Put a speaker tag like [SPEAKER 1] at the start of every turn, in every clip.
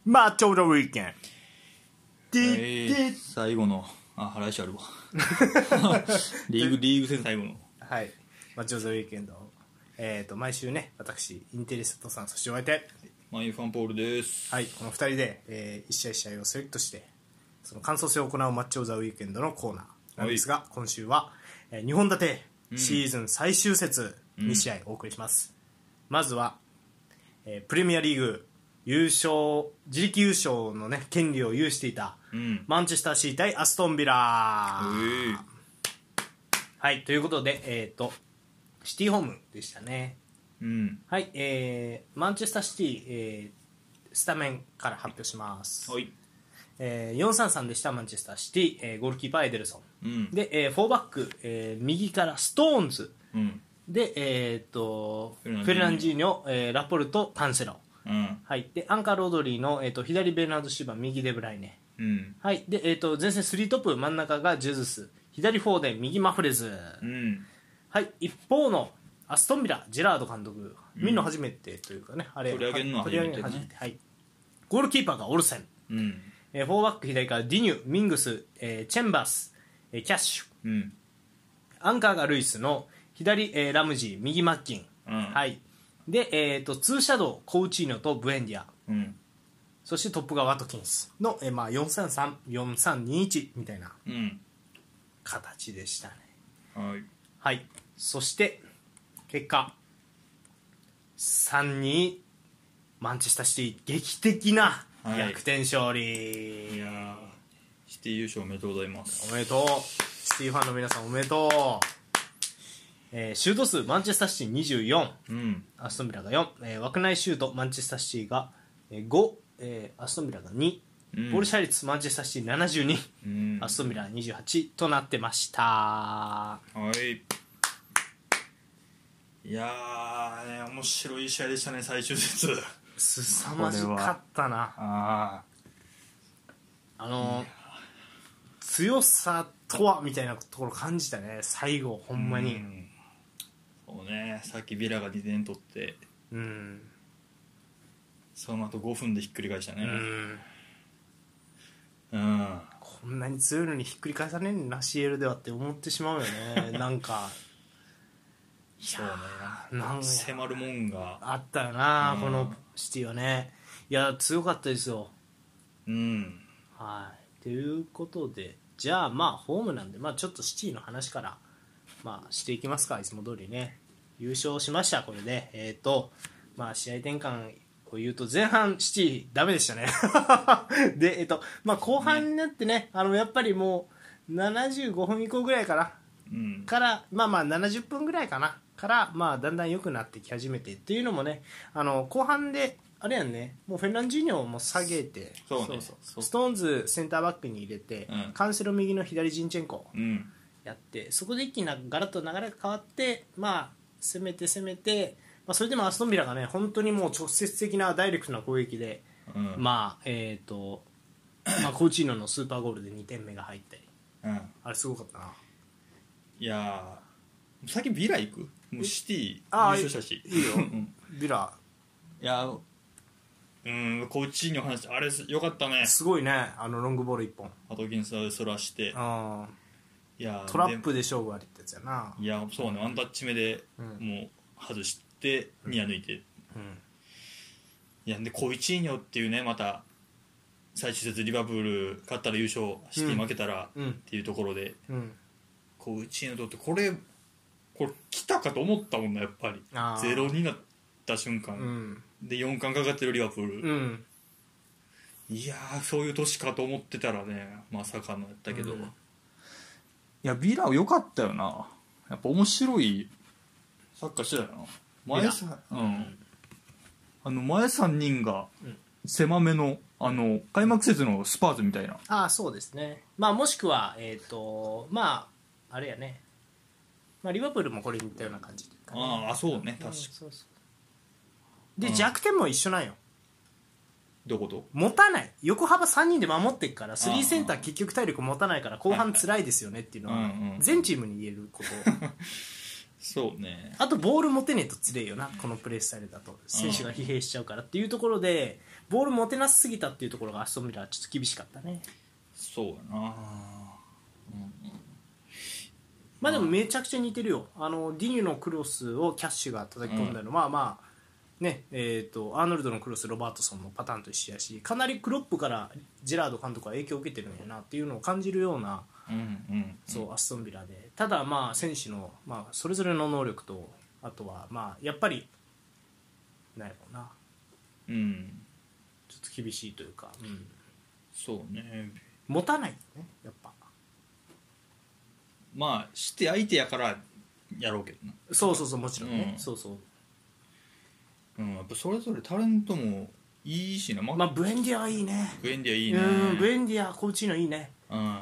[SPEAKER 1] まあちょうどウィーケンで
[SPEAKER 2] 最後の来週あるわリーグ戦最後の
[SPEAKER 1] はいまあちょうどウィーケンド毎週ね私インテリストさんそしてお相手
[SPEAKER 2] マイファンポールです。
[SPEAKER 1] はいこの2人で、一試合一試合をセレクトしてその感想戦を行うマッチョ・ザ・ウィーケンドのコーナーなんですが、今週は、2本立てシーズン最終節2試合お送りします、まずは、プレミアリーグ優勝自力優勝の、ね、権利を有していた、マンチェスターシー対アストンビラはいということで、シティホームでしたね、はい、マンチェスターシティ、スタメンから発表します、
[SPEAKER 2] はい
[SPEAKER 1] 4-3-3でしたマンチェスターシティ、ゴールキーパーエデルソン、で、4バック、右からストーンズ、で、フェルナンジーニョ、ラポルト、カンセロ、はい、でアンカーロードリーの、左ベルナード・シューバー、右デブライネ、はいで前線3トップ真ん中がジェズス、左フォーデン、右マフレズ、はい、一方のアストンビラジェラード監督、見るの初めてというかね、あれ
[SPEAKER 2] 取り上げるのは初めてね、
[SPEAKER 1] はい、ゴールキーパーがオルセン、4バック左からディニュ、ミングス、チェンバース、キャッシュ、アンカーがルイスの左、ラムジー、右マッキン、はい、で、ツーシャドウ、コウチーニョとブエンディア、そしてトップがワトキンスの、433、4321みたいな形でしたね、はい、そして結果3-2マンチェスターシティ劇的な逆転勝利、
[SPEAKER 2] いやシティ優勝おめでとうございます。
[SPEAKER 1] おめでとうシティファンの皆さんおめでとう、シュート数マンチェスターシティ24、アストンビラが4、枠内シュートマンチェスターシティが5、アストンビラが2、ボール支配率マンチェスターシティ72、アストンビラ28となってました。
[SPEAKER 2] はいいやー、面白い試合でしたね。最終節
[SPEAKER 1] すさまじかったな。強さとはみたいなところ感じたね最後ほんまに、
[SPEAKER 2] そうね、さっきビラが2点取って、その後5分でひっくり返したね。
[SPEAKER 1] こんなに強いのにひっくり返さねえんな CL ではって思ってしまうよねなんか
[SPEAKER 2] そうね、なんか迫るもんが
[SPEAKER 1] あったよな、このシティはね。いや強かったですよ。はいということでじゃあホームなんでちょっとシティの話からしていきますか。いつも通りね優勝しましたこれで試合転換を言うと前半シティダメでしたねで後半になってねやっぱりもう75分以降ぐらいかな、から70分ぐらいかなからだんだん良くなってき始めてっていうのもね後半であれやんねもうフェルナンジーニョも下げてストーンズセンターバックに入れて、カンセロ右の左ジンチェンコやって、そこで一気にガラッと流れが変わって攻めてそれでもアストンビラがね本当にもう直接的なダイレクトな攻撃で、コウチーノのスーパーゴールで2点目が入ったり、あれすごかったな。
[SPEAKER 2] いや先ビラ行くもうシティ優勝したし
[SPEAKER 1] いいよビラ
[SPEAKER 2] いやコーチーニョ話あれよかったね。
[SPEAKER 1] すごいねロングボール1本
[SPEAKER 2] アトキンスでそらしていや
[SPEAKER 1] トラップで勝負ありってやつやな。
[SPEAKER 2] いやそうねワンタッチ目でもう外してニア抜いて、いやでコーチーニョっていうねまた最終節リバプール勝ったら優勝シティ負けたらっていうところで、コーチーニョとってこれ来たかと思ったもんなやっぱり0になった瞬間、で4冠かかってるリバプール、いやそういう年かと思ってたらねまさかのやったけど、いやビラ良かったよな。やっぱ面白いサッカーしてたよな。前3人が狭めの開幕節のスパーズみたいな。
[SPEAKER 1] そうですね。もしくはあれやね、リバプールもこれに似たような感じというか、ね、
[SPEAKER 2] そうね確かに、
[SPEAKER 1] で弱点も一緒なんよ。
[SPEAKER 2] どういうこと？
[SPEAKER 1] 持たない横幅3人で守っていくから3センター結局体力持たないから後半辛いですよねっていうのは全チームに言えること
[SPEAKER 2] そうね。
[SPEAKER 1] あとボール持てねえとつれえよな、このプレースタイルだと選手が疲弊しちゃうからっていうところで、ボール持てなさすぎたっていうところがアストンビラはちょっと厳しかったね。
[SPEAKER 2] そうやな。
[SPEAKER 1] まあでもめちゃくちゃ似てるよ。ディニュのクロスをキャッシュが叩き込んだの、まあまあね、アーノルドのクロスロバートソンのパターンと一緒やし、かなりクロップからジェラード監督は影響を受けてるんやなっていうのを感じるような、そうアストンビラで、ただまあ選手の、まあ、それぞれの能力と、あとはまあやっぱりなんやろうな、ちょっと厳しいというか、
[SPEAKER 2] そうね。
[SPEAKER 1] 持たないよねやっぱ。
[SPEAKER 2] まあして相手やからやろうけどな。
[SPEAKER 1] そうもちろんね、そう
[SPEAKER 2] やっぱそれぞれタレントもいいしな。
[SPEAKER 1] まあブエンディアはいいね。
[SPEAKER 2] ブエンディアいいね。
[SPEAKER 1] ブエンディアコーチのいいね。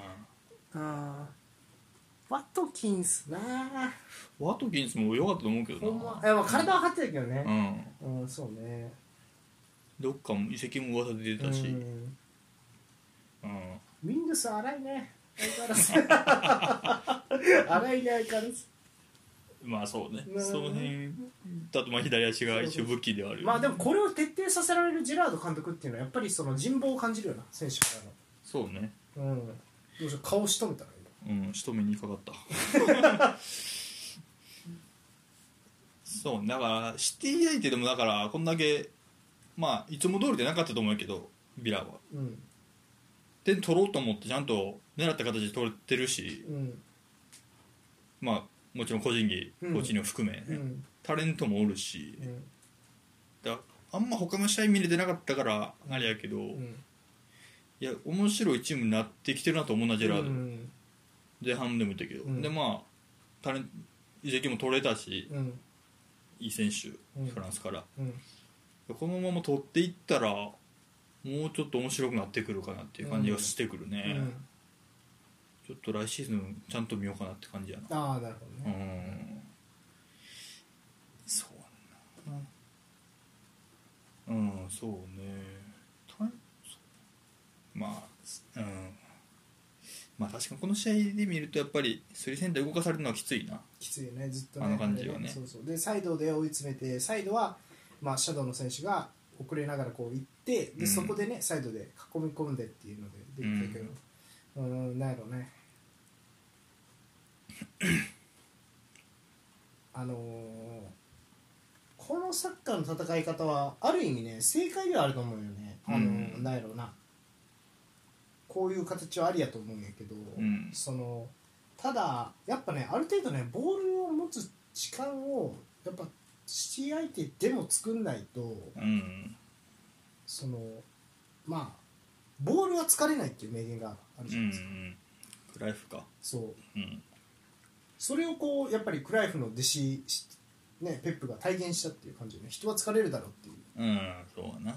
[SPEAKER 1] ワトキンスな。
[SPEAKER 2] ワトキンスも良かったと思うけどな。
[SPEAKER 1] まあ体は張ってたけどね。そうね。
[SPEAKER 2] どっかも移籍も噂で出てたし。
[SPEAKER 1] ウィングス荒いね。相変わらず。荒いね相変わらず。
[SPEAKER 2] まあそうね。その辺だとまあ左足が一応武器ではある。
[SPEAKER 1] まあでもこれを徹底させられるジェラード監督っていうのはやっぱりその人望を感じるような選手からの。
[SPEAKER 2] そうね。
[SPEAKER 1] どうしよう顔しとめたらいい。
[SPEAKER 2] 仕留めにかかったそうだからシティ相手でもだからこんだけまあいつも通りでなかったと思うけどビラは、点取ろうと思ってちゃんと狙った形で取れてるし、まあもちろん個人技コーチにも含め、タレントもおるし、だあんま他の試合見れてなかったからあれやけど、いや面白いチームになってきてるなと思うなジェラード、前半でも言ったけど、でまあ移籍も取れたし、いい選手、フランスから、このまま取っていったらもうちょっと面白くなってくるかなっていう感じがしてくるね、ちょっと来シーズンちゃんと見ようかなって感じやな。
[SPEAKER 1] なるほどね。
[SPEAKER 2] そうな。そうね。まあ確かにこの試合で見るとやっぱりスリーセンター動かされるのはきついな。
[SPEAKER 1] きついよねずっとね。
[SPEAKER 2] あの感じはね。
[SPEAKER 1] そうでサイドで追い詰めて、サイドはまあシャドウの選手が遅れながらこう行ってで、そこでねサイドで囲み込んでっていうのでできたけど、なんやろうね。このサッカーの戦い方はある意味ね正解ではあると思うよね。なんやろうな、こういう形はありやと思うんやけど、ただやっぱねある程度ねボールを持つ時間をやっぱシティ相手でも作んないと、まあボールは疲れないっていう名言があるじゃないですか。
[SPEAKER 2] クライフか。
[SPEAKER 1] そう、それをこうやっぱりクライフの弟子ねペップが体現したっていう感じで、ね、人は疲れるだろうっていう。
[SPEAKER 2] そうだな。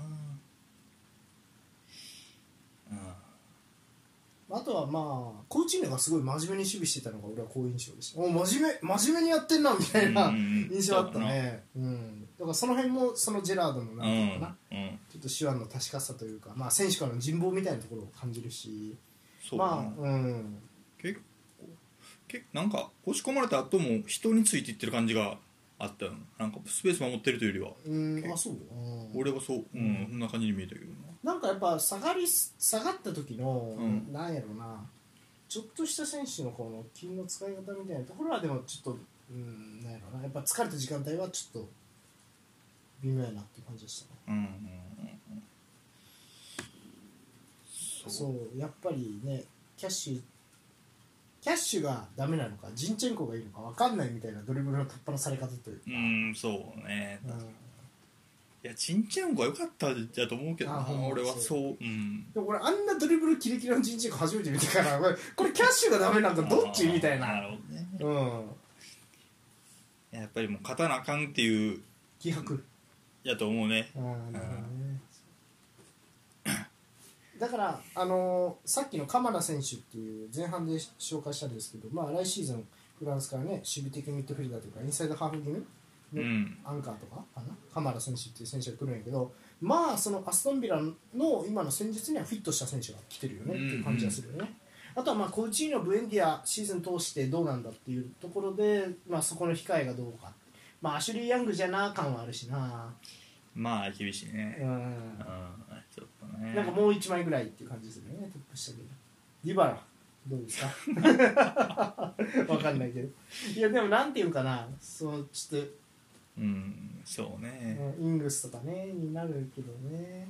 [SPEAKER 1] あとはまあコーチーニョがすごい真面目に守備してたのが俺は好印象でした。真面目にやってんなみたいな印象あったね。だからその辺もそのジェラードのなんていうかな、ちょっと手腕の確かさというか、まあ選手からの人望みたいなところを感じるし、
[SPEAKER 2] 結構なんか押し込まれた後も人についていってる感じがあったよ。なんかスペース守ってるというよりは。
[SPEAKER 1] そう。
[SPEAKER 2] 俺はそう、そんな感じに見えたけどな。
[SPEAKER 1] なんかやっぱ下がった時の、なんやろな、ちょっとした選手のこの筋の使い方みたいなところはでもちょっとなんやろな、やっぱ疲れた時間帯はちょっと微妙やなっていう感じでしたね。そうやっぱりねキャッシュがダメなのかジンチェンコがいいのか分かんないみたいなドリブルの突破のされ方というか。
[SPEAKER 2] そうね。いやチンチェンコは良かったじゃと思うけどな。俺はそう。
[SPEAKER 1] でも俺あんなドリブルキレキレのチンチェンコ初めて見てからこれキャッシュがダメなんかどっちみたいな。
[SPEAKER 2] なるほどね。やっぱりもう勝たなあかんっていう
[SPEAKER 1] 気迫
[SPEAKER 2] やと思うね。
[SPEAKER 1] だからさっきの鎌田選手っていう前半で紹介したんですけど、まあ来シーズンフランスからね守備的ミッドフィルダーというかインサイドハーフ気味のアンカーとかかな、鎌田選手っていう選手が来るんやけど、まあそのアストンビラの今の戦術にはフィットした選手が来てるよねっていう感じがするよね。 あとはまあコーチーノ、ブエンディアシーズン通してどうなんだっていうところで、まあ、そこの控えがどうか、まあ、アシュリー・ヤングじゃな感はあるしな、
[SPEAKER 2] まあ厳しいね、ちょっとね、
[SPEAKER 1] なんかもう1枚ぐらいっていう感じですよね、トップ下で。ディバラどうですかわかんないけど、いやでもなんていうかな、そうちょっと
[SPEAKER 2] そうね、
[SPEAKER 1] イングスとかねになるけどね、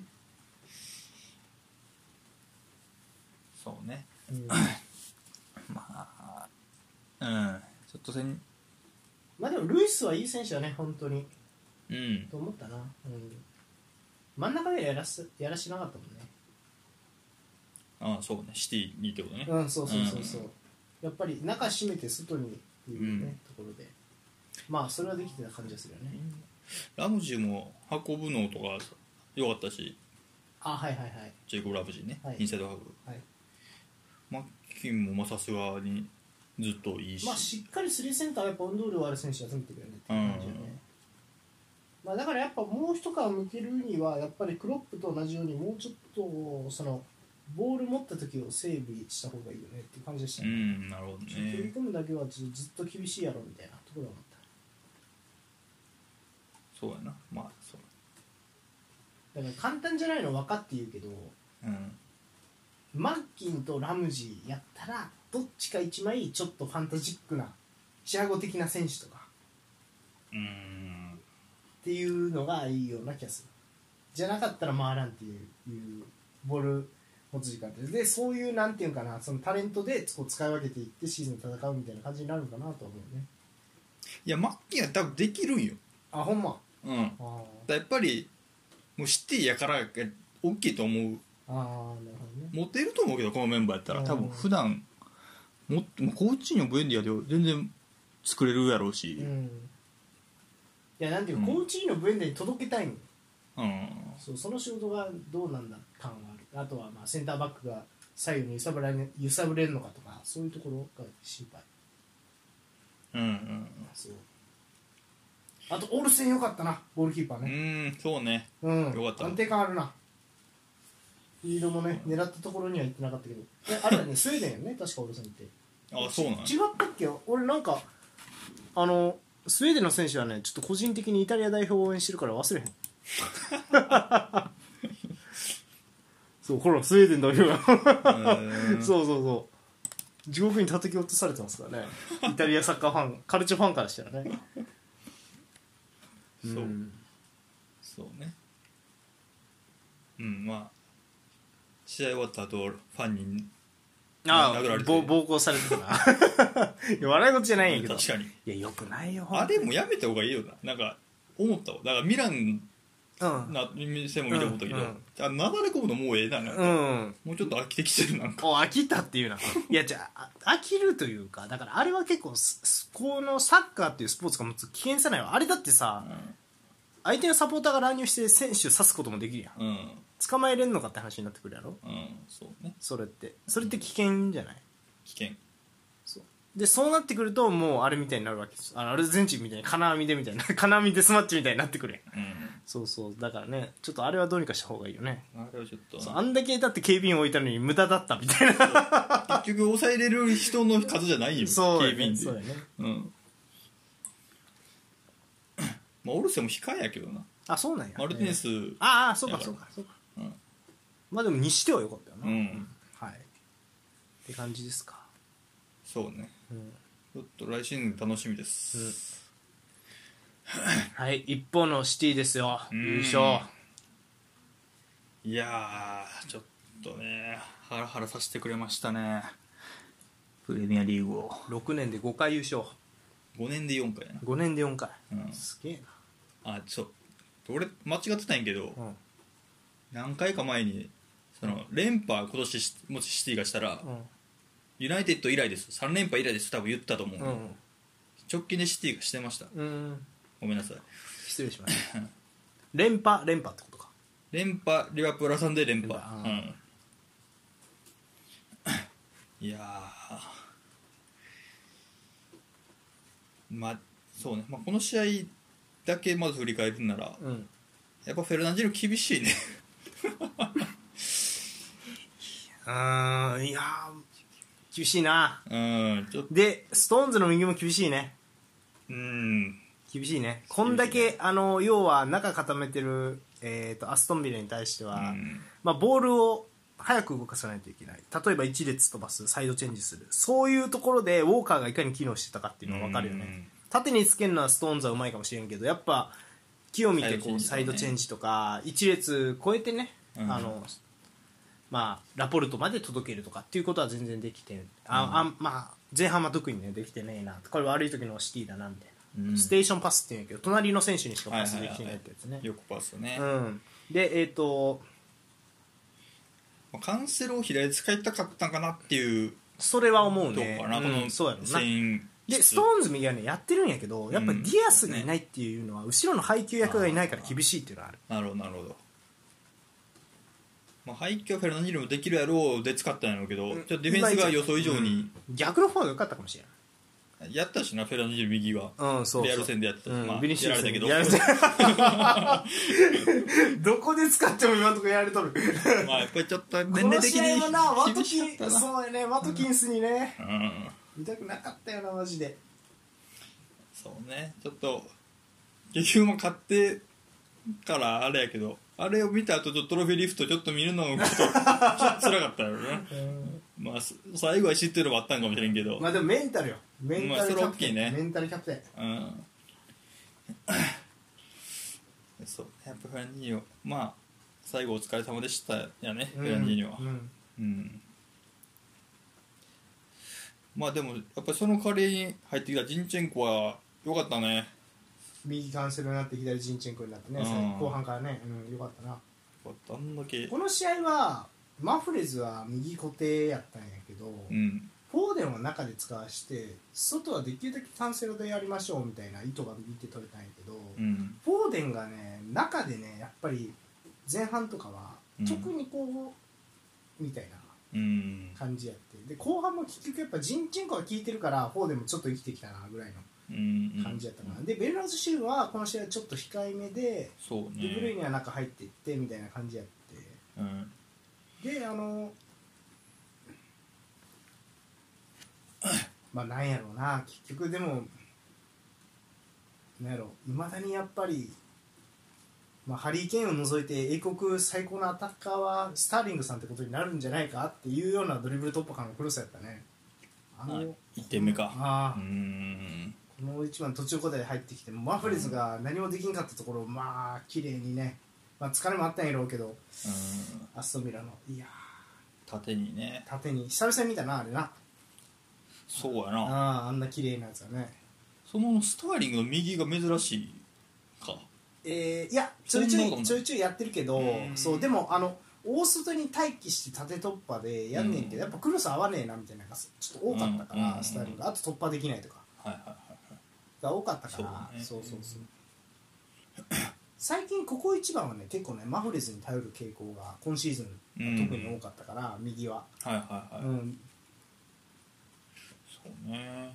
[SPEAKER 2] そうね、ま
[SPEAKER 1] あ
[SPEAKER 2] ちょっと
[SPEAKER 1] まあでもルイスはいい選手だね本当にと思ったな、真ん中でやらしなかったもんね。
[SPEAKER 2] そうね、シティにってことね、
[SPEAKER 1] そう、やっぱり中閉めて外にっていうね、ところでまあそれはできてた感じがするよね。
[SPEAKER 2] ラムジーも運ぶのとか良かったし、
[SPEAKER 1] はい
[SPEAKER 2] ジェイコブ・ラムジーね、インサイドハーフ、マッキンもさすがにずっといいし、
[SPEAKER 1] まあしっかり3センターはやっぱ運動量ある選手が集めてくるよねっていう感じよね。まあ、だからやっぱもう一皮向けるにはやっぱりクロップと同じようにもうちょっとそのボール持った時を整備した方がいいよねっていう感じでしたね。
[SPEAKER 2] なるほどね。
[SPEAKER 1] 切り込むだけはずっと厳しいやろみたいなところは思った。
[SPEAKER 2] そうやな、まあそう
[SPEAKER 1] だから簡単じゃないの分かって言うけど、マッキンとラムジーやったらどっちか1枚ちょっとファンタジックなチアゴ的な選手とかっていうのがいいような気がする。じゃなかったら回らんっていうボール持つ時間でそういうなんていうかな、そのタレントでこう使い分けていってシーズン戦うみたいな感じになるのかなと思うね。
[SPEAKER 2] いやマッキンは多分できるんよ。
[SPEAKER 1] ほんま。
[SPEAKER 2] やっぱりもうシティやから大きいと思う。
[SPEAKER 1] なるほどね。
[SPEAKER 2] モテると思うけどこのメンバーやったら多分普段コーチのブエンディアで全然作れるやろうし、
[SPEAKER 1] いやなんていうか、コーチのブエンディアに届けたいの。その仕事がどうなんだ感はある。あとはまあセンターバックが左右に揺さぶれるのかとかそういうところが心配。そう。あとオルセン良かったな、ゴールキーパーね。
[SPEAKER 2] そうね。よかった。
[SPEAKER 1] 安定感あるな。フィードもね、狙ったところには行ってなかったけど、あれだね、スウェーデンよね、確かオルセンって。
[SPEAKER 2] そうなの。
[SPEAKER 1] 違ったっけ？俺なんかスウェーデンの選手はね、ちょっと個人的にイタリア代表を応援してるから忘れへん。そう、ほらスウェーデン代表がそう地獄に叩き落とされてますからね。イタリアサッカーファン、カルチャーファンからしたらね。
[SPEAKER 2] そうね。まあ試合終わった後ファンに殴られて
[SPEAKER 1] 暴行されてたな。いや笑い事じゃないんやけど。
[SPEAKER 2] 確かに。
[SPEAKER 1] いやよくないよ。
[SPEAKER 2] あれもやめた方がいいよな。なんか思ったわ。だからミランな店も見たことけど、なだれ込むのもうええな。もうちょっと飽きてきてるなんか。
[SPEAKER 1] 飽きたっていうな。いやじゃあ飽きるというか、だからあれは結構このサッカーっていうスポーツが持つ危険さないわ。あれだってさ、相手のサポーターが乱入して選手を刺すこともできるやん。捕まえれんのかって話になってくるやろ。
[SPEAKER 2] そうね。
[SPEAKER 1] それって危険じゃない？
[SPEAKER 2] 危険。
[SPEAKER 1] そうなってくるともうあれみたいになるわけです。アルゼンチンみたいな金網でみたいな金網デスマッチみたいになってくるやん。そうだからね、ちょっとあれはどうにかした方がいいよね。
[SPEAKER 2] あれはちょっと
[SPEAKER 1] あんだけだって警備員置いたのに無駄だったみたいな。
[SPEAKER 2] 結局抑えれる人の数じゃないよ。警備員で。そうやね。まあオルセも控えやけどな。
[SPEAKER 1] そうなんや。
[SPEAKER 2] マルティネス。
[SPEAKER 1] そうか。まあでもにしてはよかったよな。はい。って感じですか。
[SPEAKER 2] そうね。ちょっと来シーズン楽しみです。
[SPEAKER 1] はい、一方のシティですよ、優勝。
[SPEAKER 2] いやちょっとねハラハラさせてくれましたね、プレミアリーグを。
[SPEAKER 1] 6年で5回優勝。
[SPEAKER 2] 5年で4回やな。
[SPEAKER 1] 5年で4回、すげえ
[SPEAKER 2] な。俺間違ってたんやけど、何回か前にその連覇今年もしシティがしたら、ユナイテッド以来です、3連覇以来です多分言ったと思う、直近でシティがしてました。ごめんなさい、
[SPEAKER 1] 失礼しました連覇ってことか。
[SPEAKER 2] 連覇リバプール挟んで連覇。いやまあそうね、この試合だけまず振り返るなら、やっぱフェルナンジーノ厳しいね。
[SPEAKER 1] いや厳しいな。
[SPEAKER 2] ちょっと
[SPEAKER 1] でストーンズの右も厳しいね。
[SPEAKER 2] 厳
[SPEAKER 1] しいね。こんだけ要は中固めてる、アストンビラに対しては、まあ、ボールを早く動かさないといけない。例えば一列飛ばす、サイドチェンジする、そういうところでウォーカーがいかに機能してたかっていうのは分かるよね。縦につけるのはストーンズはうまいかもしれんけど、やっぱ木を見てこうサイドチェンジとか一列超えてね、まあ、ラポルトまで届けるとかっていうことは全然できて、まあ、前半は特にねできてねえな、これ悪い時のシティだなみたいな、ステーションパスっていうんやけど隣の選手にしかパスできてないってやつね、
[SPEAKER 2] よくパスね、
[SPEAKER 1] で
[SPEAKER 2] カンセロを左使いたかったんかなっていう
[SPEAKER 1] それは思う
[SPEAKER 2] と
[SPEAKER 1] ね。
[SPEAKER 2] こかな、この
[SPEAKER 1] そうやろな。
[SPEAKER 2] 戦
[SPEAKER 1] でストーンズ右はねやってるんやけど、やっぱりディアスがいないっていうのは、後ろの配球役がいないから厳しいっていうのはある。
[SPEAKER 2] なるほどなるほど。まあ、配球はフェルナンディーニもできるやろうで使ったんやろうけど、ちょっとディフェンスが予想以上に、
[SPEAKER 1] 逆の方が良かったかもしれない。
[SPEAKER 2] やったしな、フェルナンディーニ右は、
[SPEAKER 1] そう
[SPEAKER 2] レアル戦でやってたし、まあ、
[SPEAKER 1] ビニシウス
[SPEAKER 2] やられたけど
[SPEAKER 1] どこで使っても今のところやられとる
[SPEAKER 2] まあやっぱりちょっと
[SPEAKER 1] 年齢的に
[SPEAKER 2] 厳しかったな。
[SPEAKER 1] そうやね、ワトキンスにね、見たくなかったよなマジで。
[SPEAKER 2] そうね、ちょっと結局も勝ってからあれやけど、あれを見た後ちょっとトロフィーリフトちょっと見るのもちょっと辛かったよねまあ最後は知ってるのもあったんかもしれんけど、
[SPEAKER 1] まあでもメンタルよ、メンタルキャプテン、
[SPEAKER 2] それ大きいね、
[SPEAKER 1] メンタルキャプテン。
[SPEAKER 2] そうやっぱフェランディーニョ、まあ最後お疲れ様でしたやね、フェランディーニョは。まあでもやっぱりその代わりに入ってきたジンチェンコは良かったね。
[SPEAKER 1] 右カンセルになって左ジンチェンコになってね、後半からね、良かったな。
[SPEAKER 2] あんだけ
[SPEAKER 1] この試合はマフレズは右固定やったんやけど、フォーデンは中で使わして外はできるだけカンセルでやりましょうみたいな意図が見て取れたんやけど、フォーデンがね中でねやっぱり前半とかは特にこう、みたいな感じやって、で後半も結局やっぱジンチェンコが効いてるからフォーデンもちょっと生きてきたなぐらいの感じやったかな。でベルナーズシルはこの試合ちょっと控えめで、でブルイには中入っていってみたいな感じやって、でまあなんやろうな、結局でもなんやろ、いまだにやっぱり、まあ、ハリー・ケインを除いて英国最高のアタッカーはスターリングさんってことになるんじゃないかっていうようなドリブル突破感のクロスやったね。
[SPEAKER 2] 1点目か。
[SPEAKER 1] この一番途中交代で入ってきてマフレズが何もできんかったところをまあ綺麗にね、まあ、疲れもあったんやろうけど、アストンビラのいや
[SPEAKER 2] 縦にね、
[SPEAKER 1] 縦に久々に見たなあれな。
[SPEAKER 2] そうやな、
[SPEAKER 1] あんな綺麗なやつはね。
[SPEAKER 2] そのスターリングの右が珍しいか。
[SPEAKER 1] いやちょいちょいやってるけど、そうでも大外に待機して縦突破でやんねんけど、やっぱクロス合わねえなみたいなのがちょっと多かったから、スターリングあと突破できないとかが多かったから、そう最近ここ一番はね結構ねマフレズに頼る傾向が今シーズン特に多かったから、右は
[SPEAKER 2] そうね。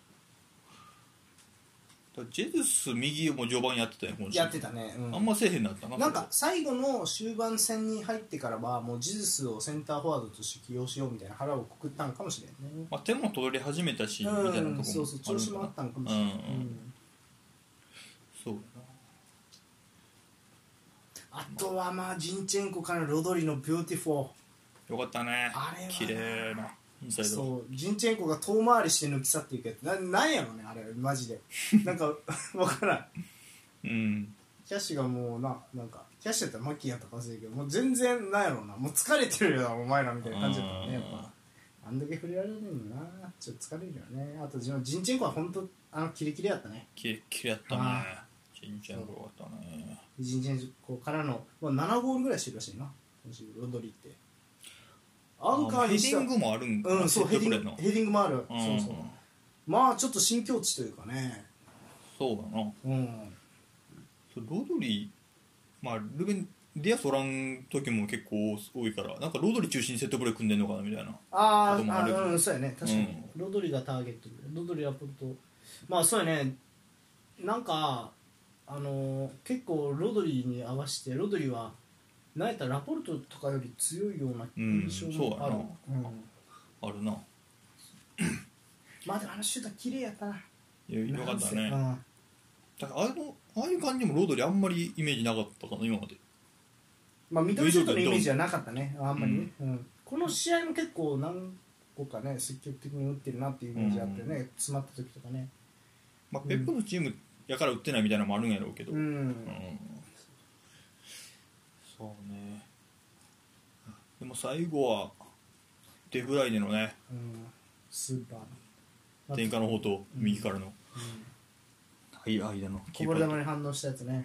[SPEAKER 2] ジェズス右も序盤やってたよ、
[SPEAKER 1] やってたね、
[SPEAKER 2] あんませえへんなったな。
[SPEAKER 1] なんか最後の終盤戦に入ってからはもうジェズスをセンターフォワードとして起用しようみたいな腹をくくったんかもしれんね。
[SPEAKER 2] まあ、手も取り始めたし、みたいなところも
[SPEAKER 1] そうそう調子もあったんかもしれない。
[SPEAKER 2] そうだ
[SPEAKER 1] な。あとはまあジンチェンコからロドリのビューティフォー
[SPEAKER 2] よかったね。
[SPEAKER 1] あれは
[SPEAKER 2] 綺麗なインサイド。
[SPEAKER 1] そうジンチェンコが遠回りして抜き去っていくやつなんやろねあれマジでなんか分からん。キャッシュがもうなんかキャッシュやったらマッキーやったか忘れるけどもう全然なんやろうな、もう疲れてるよお前らみたいな感じだったね。やっぱあんだけ触れられるのなちょっと疲れるよね。あとジンチェンコは本当キレキレやったね。
[SPEAKER 2] キレキレやったね。ジンチェンコよかったね。
[SPEAKER 1] ジンチェンコからの7ゴールぐらいしてるらしいなロドリって。アンカーにした
[SPEAKER 2] ヘディングもあるんかな。
[SPEAKER 1] そうヘディングもある。そうそう、まあちょっと新境地というかね。
[SPEAKER 2] そうだな。ロドリまあルベンディアスおらん時も結構多いから、なんかロドリ中心にセットプレー組んでんのかなみたいなこともある。
[SPEAKER 1] そうやね確かに、ロドリがターゲットでロドリラポルトまあそうやね。なんか結構ロドリに合わせてロドリはなんやったらラポルトとかより強いような印象もある。
[SPEAKER 2] あるな。
[SPEAKER 1] まあでもシュート綺麗やったな。
[SPEAKER 2] よかったね。
[SPEAKER 1] うん
[SPEAKER 2] だからああいう感じもロードリーあんまりイメージなかったかな今まで。
[SPEAKER 1] まあミドルシュートのイメージはなかったね、あんまりね、この試合も結構何個かね積極的に打ってるなっていうイメージあってね、詰まった時とかね。
[SPEAKER 2] まあペップのチームやから打ってないみたいなのもあるんやろうけど、そうね。でも最後はデブライネのね、
[SPEAKER 1] スーパー
[SPEAKER 2] 天下の方と右からの、間の
[SPEAKER 1] こぼれ球に反応したやつね。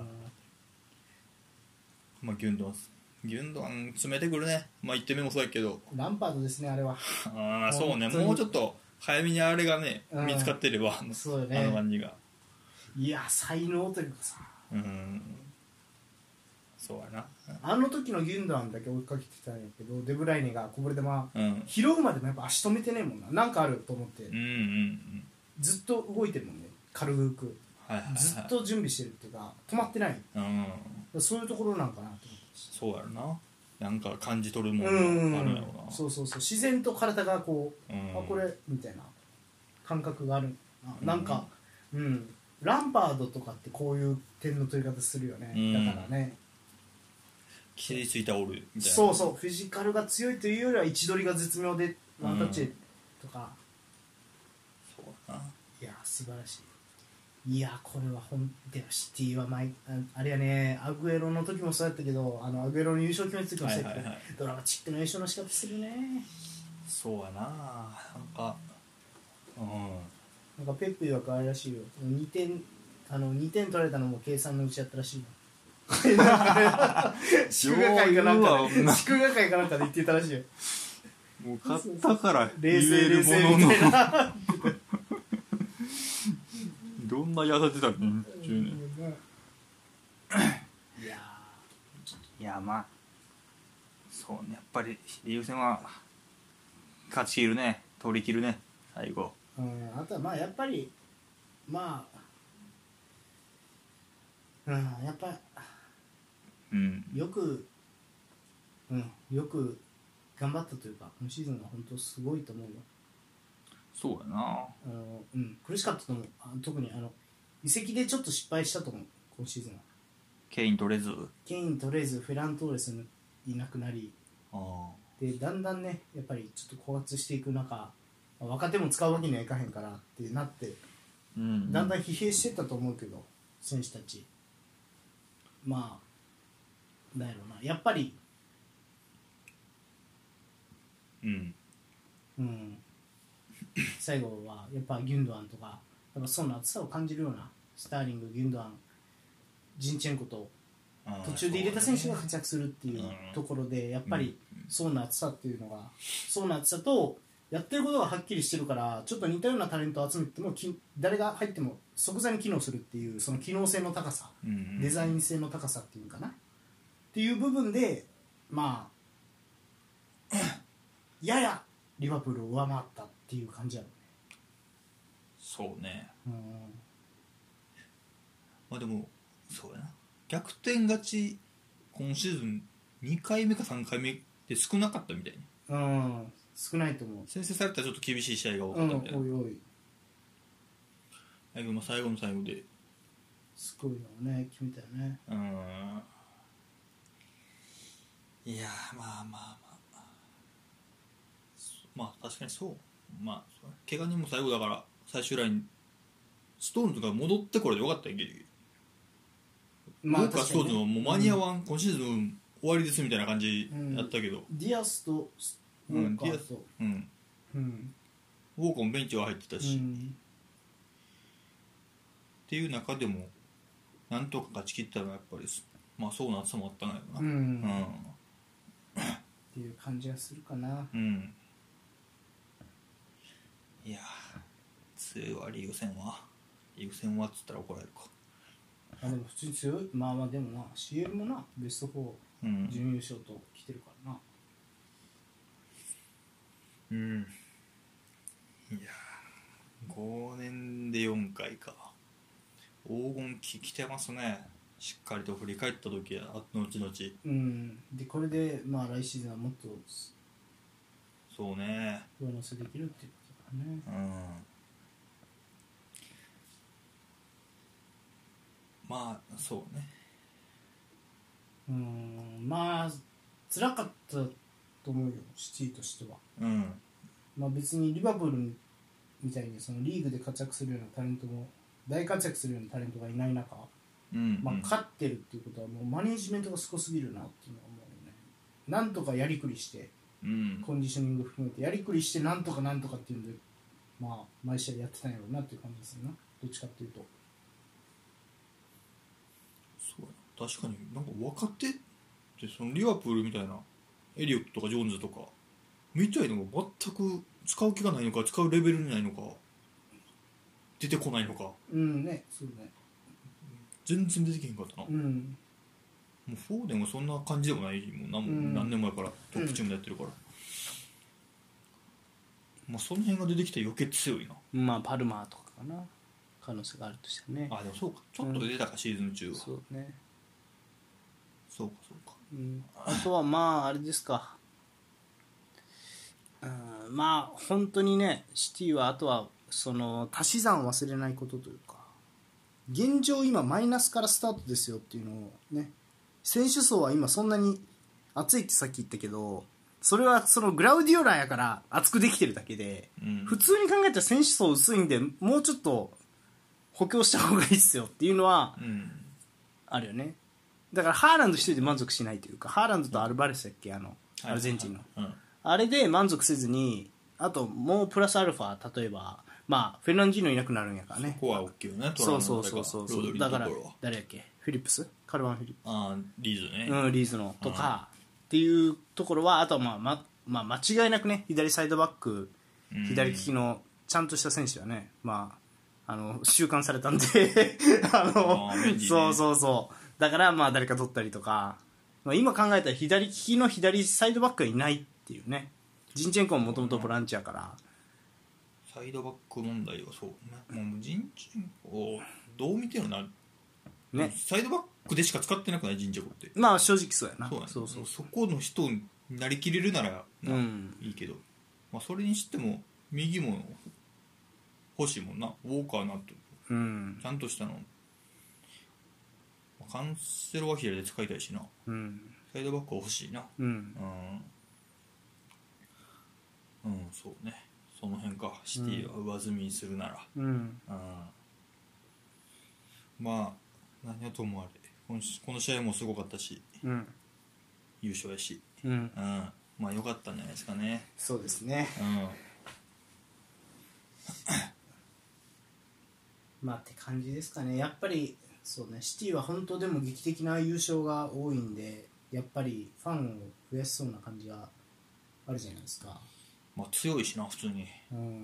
[SPEAKER 2] まあギュンドアン詰めてくるね。まあ1点目もそうやけど、
[SPEAKER 1] ランパードですねあれは。
[SPEAKER 2] そうね、もうちょっと早めにあれがね、見つかってれば、
[SPEAKER 1] そうよね、
[SPEAKER 2] あの感じが。
[SPEAKER 1] いや才能というかさ、
[SPEAKER 2] そうやな。
[SPEAKER 1] あの時のギュンドアンだけ追いかけてたんやけど、デブライネがこぼれ球、拾うまでもやっぱ足止めてねえもんな。なんかあると思って、ずっと動いてるもんね、軽く、ずっと準備してるっていうか止まってない、そういうところなんかなと思って。
[SPEAKER 2] そうやろな、なんか感じ取るものがあるやろな。
[SPEAKER 1] そう自然と体がこう、これみたいな感覚があるなんか、ランパードとかってこういう点の取り方するよね、だからね、
[SPEAKER 2] 切りついたおるみたいな。
[SPEAKER 1] そうフィジカルが強いというよりは位置取りが絶妙でワンタッチとか、
[SPEAKER 2] そうだな。
[SPEAKER 1] いや素晴らしい。いやこれはでもシティはあれやね、アグエロの時もそうやったけど、アグエロの優勝決めた時もそうやったけど、ドラマチックな優勝の仕方するね。
[SPEAKER 2] そうやな、なんか
[SPEAKER 1] なんかペップ曰くあれらしいよ、2点取られたのも計算のうちやったらしいよ。祝賀会かなんかで言ってたらしいよ。
[SPEAKER 2] もう勝ったから
[SPEAKER 1] 冷静みたいな。
[SPEAKER 2] どんなやさせたの10年。いやまあそうね、やっぱりリーグ戦は勝ち切るね、取り切るね最後。
[SPEAKER 1] あとはまあやっぱりやっぱよく頑張ったというか、今シーズンは本当すごいと思うよ。
[SPEAKER 2] そうやな。
[SPEAKER 1] 苦しかったと思う。特に移籍でちょっと失敗したと思う今シーズンは。
[SPEAKER 2] ケイン取れず
[SPEAKER 1] フェラントーレスいなくなりで、だんだんねやっぱりちょっと高圧していく中、若手も使うわけにはいかへんからってなって、だんだん疲弊してったと思うけど、選手たちなんやろうな、やっぱり最後はやっぱギュンドアンとか、やっぱその熱さを感じるような、スターリング、ギュンドアン、ジンチェンコと途中で入れた選手が活躍するっていうところで、やっぱり層の厚さっていうのが、層の厚さとやってることがはっきりしてるから、ちょっと似たようなタレントを集めても誰が入っても即座に機能するっていう、その機能性の高さ、デザイン性の高さっていうかなっていう部分で、ややリバプールを上回ったっていう感じやろね。
[SPEAKER 2] そうね。まあでもそうやな、逆転勝ち今シーズン2回目か3回目で少なかったみたいね。
[SPEAKER 1] 少ないと思う。
[SPEAKER 2] 先制されたらちょっと厳しい試合が多かったみたいな。
[SPEAKER 1] おいおい。
[SPEAKER 2] 最後の最後の最後です
[SPEAKER 1] ごいのね決めたよね。
[SPEAKER 2] いやまあ確かにそう。怪我人も最後だから最終ラインストーンズが戻ってこれでよかったよ。ウォーカーストーンズはもう間に合わん、今シーズン終わりですみたいな感じやったけど、
[SPEAKER 1] ディアスとウォーカーと
[SPEAKER 2] ウォーカーもベンチは入ってたし、っていう中でもなんとか勝ち切ったのはやっぱりそうな暑さもあったのよな。
[SPEAKER 1] っていう感じがするかな。
[SPEAKER 2] いや強いわリーグ戦はっつったら怒られるか。
[SPEAKER 1] でも普通に強い。でもな CL もなベスト4、準優勝と来てるからな。
[SPEAKER 2] いや5年で4回か、黄金期来てますね。しっかりと振り返った時や後々。
[SPEAKER 1] でこれで来シーズンはもっと
[SPEAKER 2] そうね
[SPEAKER 1] 上乗せできるっていうこらね。
[SPEAKER 2] まあそうね。
[SPEAKER 1] まあ辛かったと思うよ、シティとしては。まあ別にリバプールみたいにそのリーグで活躍するようなタレントも大活躍するようなタレントがいない中、まあ、勝ってるっていうことはもうマネージメントがすごすぎるなっていうのは思うよね。なんとかやりくりして、コンディショニング含めてやりくりしてなんとかっていうんで、まあ毎試合やってたんやろうなっていう感じですよね、どっちかっていうと。
[SPEAKER 2] そう確かになんか若手ってそのリバプールみたいなエリオットとかジョーンズとかみたいのが全く使う気がないのか使うレベルにないのか出てこないのか、
[SPEAKER 1] ね、そうね、
[SPEAKER 2] 全然出てけへんかったな。
[SPEAKER 1] も
[SPEAKER 2] うフォーデンもそんな感じでもないもんな、何年前からトップチームでやってるから、まあその辺が出てきたら余計強いな。
[SPEAKER 1] まあパルマーとかかな、可能性があるとしてね。
[SPEAKER 2] でもそうか、ちょっと出たか、シーズン中は。
[SPEAKER 1] そうね、
[SPEAKER 2] そうか、
[SPEAKER 1] あとはまああれですか、まあ本当にね、シティはあとはその足し算を忘れないことというか、現状今マイナスからスタートですよっていうのをね、選手層は今そんなに熱いってさっき言ったけど、それはそのグラウディオラやから熱くできてるだけで、普通に考えたら選手層薄いんでもうちょっと補強した方がいいっすよっていうのはあるよね。だからハーランド一人で満足しないというか、ハーランドとアルバレスだっけ、アルゼンチンの、あれで満足せずに、あともうプラスアルファ、例えばまあフェルナンジーノいなくなるんやからね。
[SPEAKER 2] そこは大きいよね。
[SPEAKER 1] そうだから誰やっけ、フィリップス、カルバン・フィリップス、
[SPEAKER 2] リーズね、
[SPEAKER 1] リーズのとかっていうところは、あとはまあ間違いなくね、左サイドバック、左利きのちゃんとした選手はね、まあ収監されたんでそうだからまあ誰か取ったりとか、まあ、今考えたら左利きの左サイドバックがいないっていうね。ジンチェンコももともとボランチやから、
[SPEAKER 2] サイドバック問題はそうね。もうジンチェンコをどう見てるのね、サイドバックでしか使ってなくない、ジンチェンコって。
[SPEAKER 1] まあ正直そうやな。
[SPEAKER 2] そうそこの人になりきれるならいいけど、まあ、それにしても右も欲しいもんな、ウォーカーなと、ちゃんとしたの。カンセロは左で使いたいしな、サイドバックは欲しいな。そうね、その辺か。シティは上積みにするなら、まあ何はともあれこの試合もすごかったし、優勝やし、まあ良かったんじゃないですかね。
[SPEAKER 1] そうですね、まあって感じですかね。やっぱりそうね、シティは本当でも劇的な優勝が多いんで、やっぱりファンを増やしそうな感じがあるじゃないですか。
[SPEAKER 2] まあ強いしな普通に、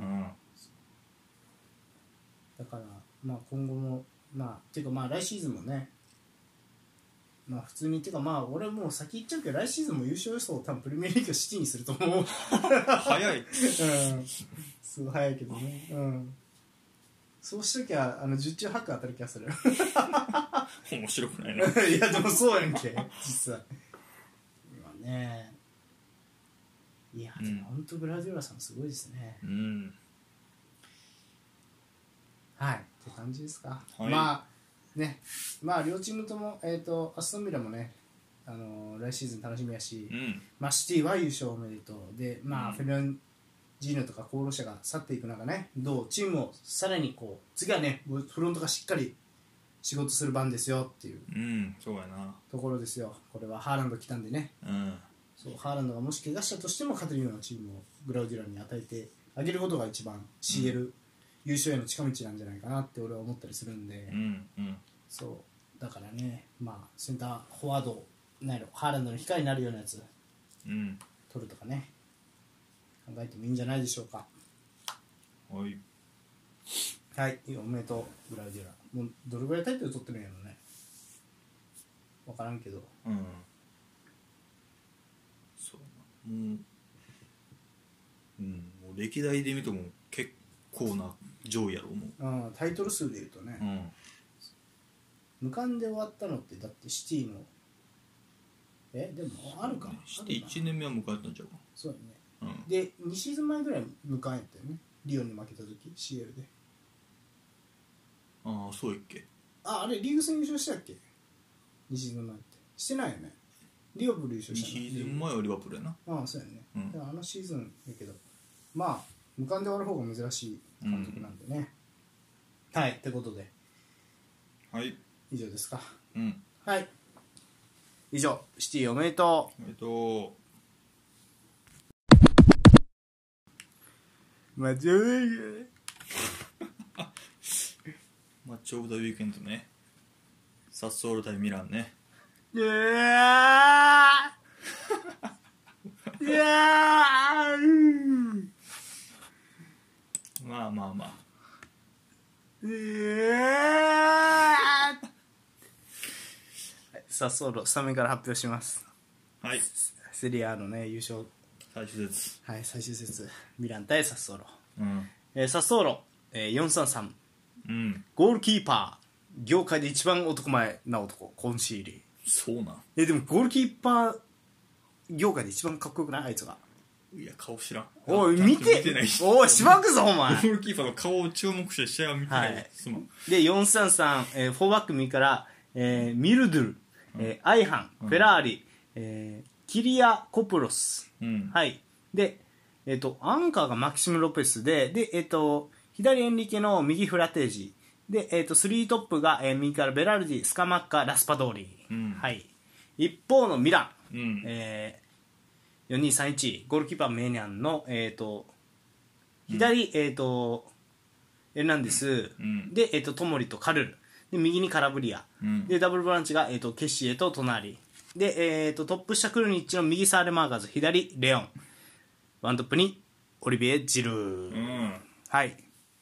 [SPEAKER 1] だからまあ今後もっていうかまあ来シーズンもね、まあ普通にっていうかまあ俺もう先言っちゃうけど、来シーズンも優勝予想を多分プレミアリーグシティにすると思う。
[SPEAKER 2] 早い
[SPEAKER 1] すごい早いけどね、そうしときゃ10中8当たる気がする。
[SPEAKER 2] 面白くないな。
[SPEAKER 1] いやでもそうやんけ実際。今ね、いやでも本当グラディオラさんすごいですね。はいって感じですか。まあね、まあ両チームともアストンビラもね、来シーズン楽しみやし、まあシティは優勝おめでとうで、まあフェルナンジーノとか功労者が去っていく中ね、どうチームをさらにこう次はねフロントがしっかり仕事する番ですよっていう
[SPEAKER 2] そうやな
[SPEAKER 1] ところですよ。これはハーランド来たんでね、そうハーランドがもし怪我したとしても勝てるようなチームをグラウディラに与えてあげることが一番 CL、優勝への近道なんじゃないかなって俺は思ったりするんで、そうだからね、まあセンターフォワードなんやろ、ハーランドの控えになるようなやつ、取るとかね、考えてもいいんじゃないでしょうか。はい、おめでとうグラウディオラ。もうどれぐらいタイトル取ってるんやろね、分からんけど、
[SPEAKER 2] そうもう歴代で見ても結構な上位やろもう。
[SPEAKER 1] タイトル数でいうとね、無冠で終わったのってだってシティのでもあるか、
[SPEAKER 2] シティ1年目は無冠やったんちゃうか。
[SPEAKER 1] そうだね、で2シーズン前ぐらい無冠やったよね。 リオンに負けた時 CL で。
[SPEAKER 2] ああそうやっけ。
[SPEAKER 1] あれリーグ戦優勝したっけ2シーズン前ってしてないよね。リバプール優勝
[SPEAKER 2] 2
[SPEAKER 1] した
[SPEAKER 2] シーズン前はリバプールやな。
[SPEAKER 1] ああそうやね、
[SPEAKER 2] うん、
[SPEAKER 1] だからあのシーズンやけどまあ無冠で終わる方が珍しい監督なんでね、はいってことで
[SPEAKER 2] はい
[SPEAKER 1] 以上ですか。
[SPEAKER 2] うん
[SPEAKER 1] はい以上シティおめでとう。マジで
[SPEAKER 2] マッチオブザウィークエンドね。サッソール対ミランね。
[SPEAKER 1] いやーいやー
[SPEAKER 2] まあまあまあ
[SPEAKER 1] サッソーロスタメンから発表します。
[SPEAKER 2] はい
[SPEAKER 1] セリアのね優勝、
[SPEAKER 2] 最終節。
[SPEAKER 1] はい最終節ミラン対サッソーロ、
[SPEAKER 2] うん
[SPEAKER 1] サッソーロ、433、
[SPEAKER 2] うん
[SPEAKER 1] ゴールキーパー業界で一番男前な男コンシーリ。
[SPEAKER 2] そうなん。
[SPEAKER 1] でもゴールキーパー業界で一番かっこよくないあいつが。
[SPEAKER 2] いや顔知らん。
[SPEAKER 1] おい見て
[SPEAKER 2] ないし。
[SPEAKER 1] おいしばくぞお前
[SPEAKER 2] ゴールキーパーの顔を注目して試合は見てない、
[SPEAKER 1] はい
[SPEAKER 2] すまん。
[SPEAKER 1] で433、4バック右から、ミルドゥル、アイハン、フェラーリ、キリアコプロス、はいで、アンカーがマキシム・ロペスで、左エンリケの右フラテージで、3トップが、右からベラルディ、スカマッカ、ラスパドーリ、はい、一方のミラン、4231ゴールキーパーメニャンの、左、エルナンデス、で、トモリとカルルで右にカラブリア、でダブルボランチが、ケッシエと隣で、トップ下クルニッチの右サーレマーガーズ左レオンワントップにオリビエ・ジルー、はい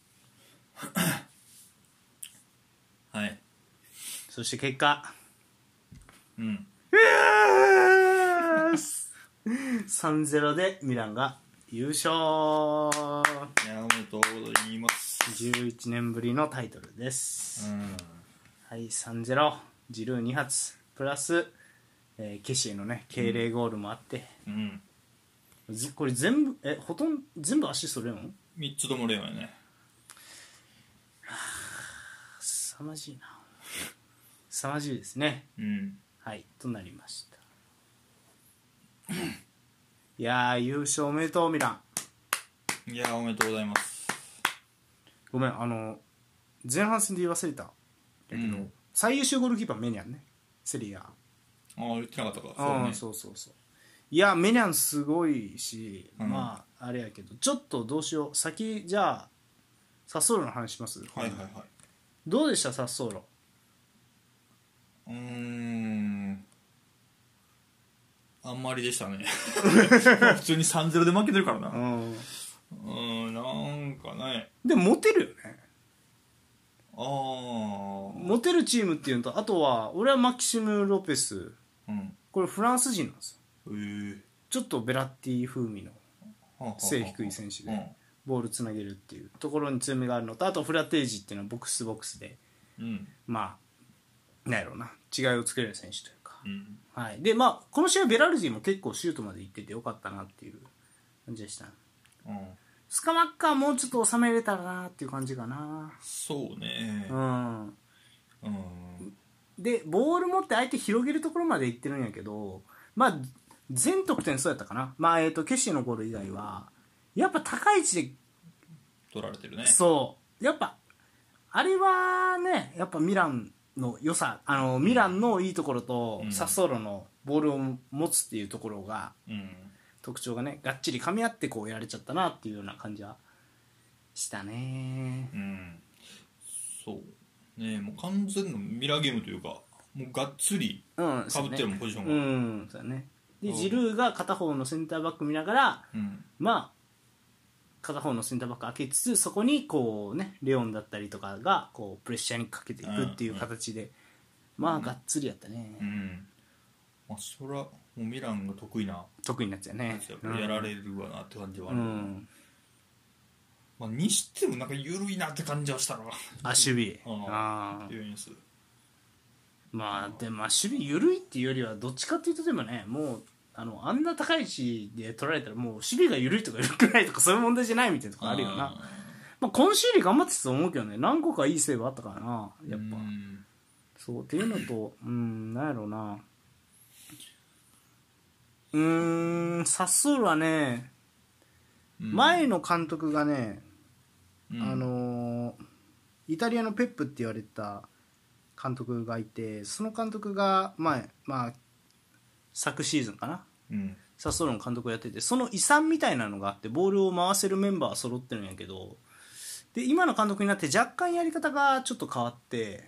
[SPEAKER 2] はい
[SPEAKER 1] そして結果3-0 でミランが優勝。
[SPEAKER 2] いやおめでとうございます。
[SPEAKER 1] 11年ぶりのタイトルです、はい 3-0 ジルー2発プラス、ケシエのね敬礼ゴールもあって、これ全部ほとんど全部アシストレオン
[SPEAKER 2] 3つともレオンやね。
[SPEAKER 1] 凄まじいな凄まじいですね、はいとなりましたいやー優勝おめでとうミラン。
[SPEAKER 2] いやおめでとうございます。
[SPEAKER 1] ごめん前半戦で言い忘れただけど、最優秀ゴールキーパーメニャンねセリア。
[SPEAKER 2] ああ言ってなかったか。
[SPEAKER 1] そういやメニャンすごいし、まああれやけどちょっとどうしよう先じゃあサッソーロの話します。
[SPEAKER 2] はい
[SPEAKER 1] どうでしたサッソーロ。
[SPEAKER 2] あんまりでしたね普通に 3-0 で負けてるからな。なんかね
[SPEAKER 1] でもモテるよね。
[SPEAKER 2] モ
[SPEAKER 1] テるチームっていうのとあとは俺はマキシム・ロペス、これフランス人なんですよ。ちょっとベラッティ風味の背低い選手でボールつなげるっていうところに強みがあるのとあとフラテージっていうのはボックスボックスで、まあなんやろうな違いを作れる選手というか、はいでまあこの試合ベラルディも結構シュートまで行っててよかったなっていう感じでした、スカマッカーもうちょっと収めれたらなっていう感じかな。
[SPEAKER 2] そうね
[SPEAKER 1] でボール持って相手広げるところまで行ってるんやけどまあ全得点そうやったかな。まあケッシーのゴール以外はやっぱ高い位置で
[SPEAKER 2] 取られてるね。
[SPEAKER 1] そうやっぱあれはねやっぱミランの良さミランのいいところと、サッソーロのボールを持つっていうところが、特徴がねがっちり噛み合ってこうやられちゃったなっていうような感じはしたね。
[SPEAKER 2] そうねもう完全のミラーゲームというかもうがっつりかぶってるもん、ポジションが。
[SPEAKER 1] そうだね。でジルーが片方のセンターバック見ながら、まあ片方のセンターバック開けつつそこにこうねレオンだったりとかがこうプレッシャーにかけていくっていう形で、まあがっつりやったね。
[SPEAKER 2] まあそらもうミランが得意な
[SPEAKER 1] やつやね。
[SPEAKER 2] やられるわなって感じはある。まあにしてもなんか緩いなって感じはしたな。
[SPEAKER 1] 守備。まあでも守備緩いっていうよりはどっちかっていうとでもねもうあんな高い位置で取られたらもう守備が緩いとか緩くないとかそういう問題じゃないみたいなとこあるよな。まあ、今週より頑張ってたと思うけどね、何個かいいセーブあったからな、やっぱ。そうっていうのと、なんやろうな、サッソールはね、前の監督がね、イタリアのペップって言われた監督がいて、その監督が前、昨シーズンかな、サッソールの監督をやってて、その遺産みたいなのがあって、ボールを回せるメンバーは揃ってるんやけど、で今の監督になって若干やり方がちょっと変わって、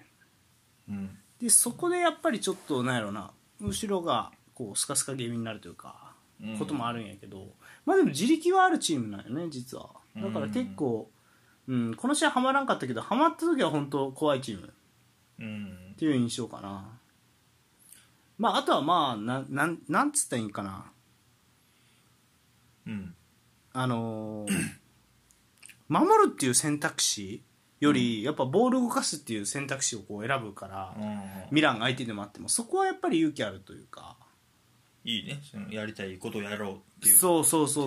[SPEAKER 1] でそこでやっぱりちょっとなんやろうな、後ろがこうスカスカ気味になるというか、こともあるんやけど、まあでも自力はあるチームなんよね実は。だから結構、この試合はまらんかったけど、はまった時は本当怖いチームっていう印象かな。まああとはまあなんつったらいいんかな、守るっていう選択肢よりやっぱボールを動かすっていう選択肢をこう選ぶから、ミラン相手でもあってもそこはやっぱり勇気あるというか、
[SPEAKER 2] いいね、そのやりたいことをやろうっていう、
[SPEAKER 1] そう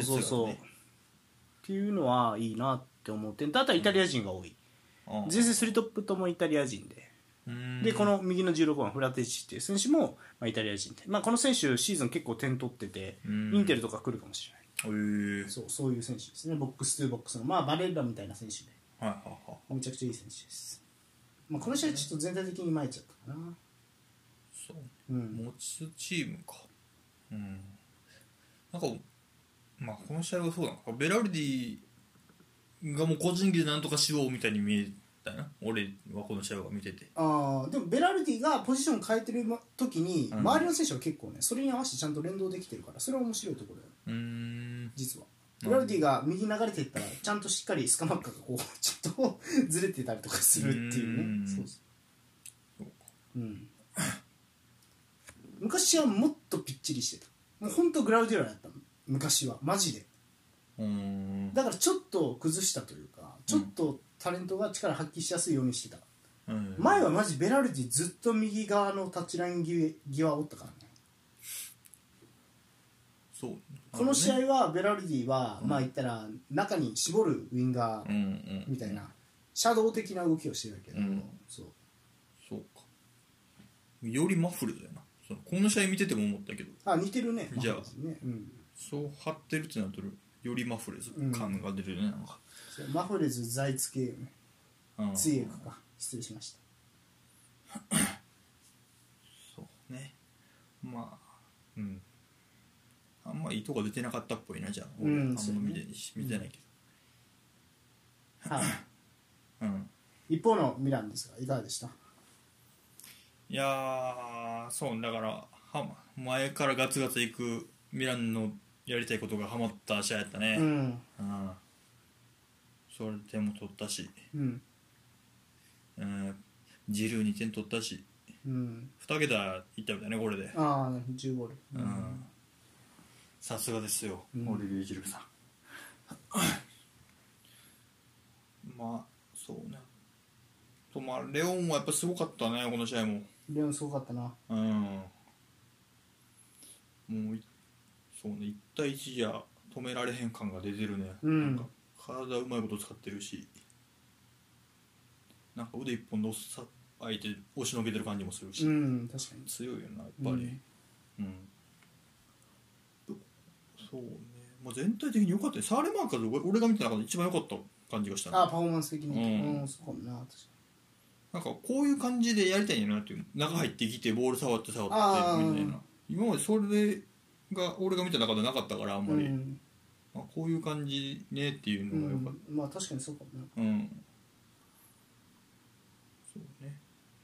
[SPEAKER 1] っていうのはいいなって思って、あとはイタリア人が多い、前線3トップともイタリア人で、この右の16番フラテッチっていう選手もイタリア人で、この選手シーズン結構点取ってて、インテルとか来るかもしれない。そういう選手ですね、ボックス2ボックスの、バレッラみたいな選手で、めちゃくちゃいい選手です。この試合ちょっと全体的に前ちゃったかな。
[SPEAKER 2] そう、持つチームか。なんかこの試合はそうなのか、ベラルディがもう個人技でなんとかしようみたいに見えたよな、俺はこの試合は見てて。
[SPEAKER 1] でもベラルディがポジション変えてる時に、周りの選手は結構ねそれに合わせてちゃんと連動できてるから、それは面白いところだよ。実はベラルディが右流れていったらちゃんとしっかりスカマッカがこうちょっとずれてたりとかするっていうね。昔はもっとぴっちりしてた、もうほんとグラウディオラやったの昔はマジで。だからちょっと崩したというか、ちょっとタレントが力発揮しやすいようにしてた。前はマジベラルディずっと右側のタッチライン際おったからね。
[SPEAKER 2] そう、
[SPEAKER 1] この試合はベラルディは、言ったら中に絞るウィンガーみたいな、シャドウ的な動きをしてるけど、
[SPEAKER 2] そうか、よりマフルだよな。この試合見てても思ったけど、
[SPEAKER 1] 似てるね。
[SPEAKER 2] じゃあ、そう張ってるってなるとよりマフレーズ感が出るよね、なんか
[SPEAKER 1] マフレーズザイツ系よね。ツイエクか、失礼しました。
[SPEAKER 2] そうね、あんまいいとこ出てなかったっぽいな。じゃあ俺あんま見てないけど、
[SPEAKER 1] 一方のミランですがいかがでした？
[SPEAKER 2] いやそうだから前からガツガツいくミランのやりたいことがハマった試合やったね。それでも取ったし、ジルー2点取ったし、2桁いったみたいねこれで。
[SPEAKER 1] 10ゴール。
[SPEAKER 2] さすがですよ、オリビエ・ジルーさん。そうね。とレオンはやっぱすごかったね、この試合も。
[SPEAKER 1] レオンすごかったな。
[SPEAKER 2] もうそうね、1対1じゃ止められへん感が出てるね。なんか体うまいこと使ってるし、なんか腕一本の相手押しのけてる感じもするし、
[SPEAKER 1] 確かに
[SPEAKER 2] 強いよなやっぱり。そうね、全体的に良かったね。サーレマーカーで俺が見た中で一番良かった感じがしたね。
[SPEAKER 1] パフォーマンス的に。そうかもな、確かに。
[SPEAKER 2] なんかこういう感じでやりたいんやなっていう、中入ってきてボール触ってみたいな、今までそれが俺が見た中でなかったから、あんまり、こういう感じねっていうのがよかった。
[SPEAKER 1] 確かにそうかもな。
[SPEAKER 2] そうね。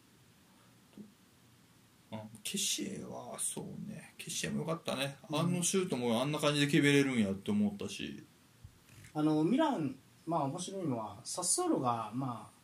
[SPEAKER 2] ケシエはそうね、ケシエもよかったね。あのシュートもあんな感じで決めれるんやって思ったし、
[SPEAKER 1] ミラン面白いのはサッソーロが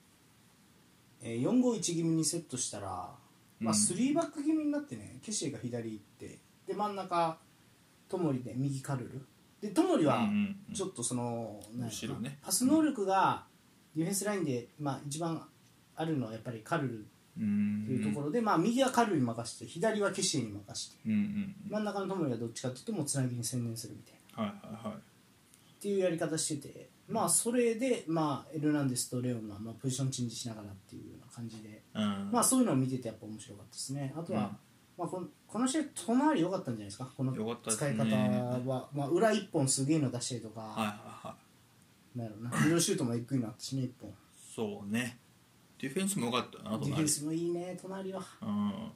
[SPEAKER 1] 4-5-1気味にセットしたら、3バック気味になってね、ケシエが左行ってで真ん中トモリで右カルルで、トモリはちょっと後ろね、パス能力がディフェンスラインで、一番あるのはやっぱりカルルっていうところで、まあ、右はカルルに任せて左はケシエに任せて、真ん中のトモリはどっちかっていうともうつなぎに専念するみたいな、っていうやり方してて、まあそれで、まあ、エルナンデスとレオンが、まあ、ポジションチェンジしながらっていうような感じで、まあ、そういうのを見ててやっぱ面白かったですね。あとは、まあ、この試合隣良かったんじゃないですか、この使い方は、まあ、裏一本すげえの出したりとか、なんやろな、ミドルシュートもエッグになったしね、一本。
[SPEAKER 2] そうね、ディフェンスも良かったな。
[SPEAKER 1] ディフェンスもいいね、隣は。
[SPEAKER 2] そう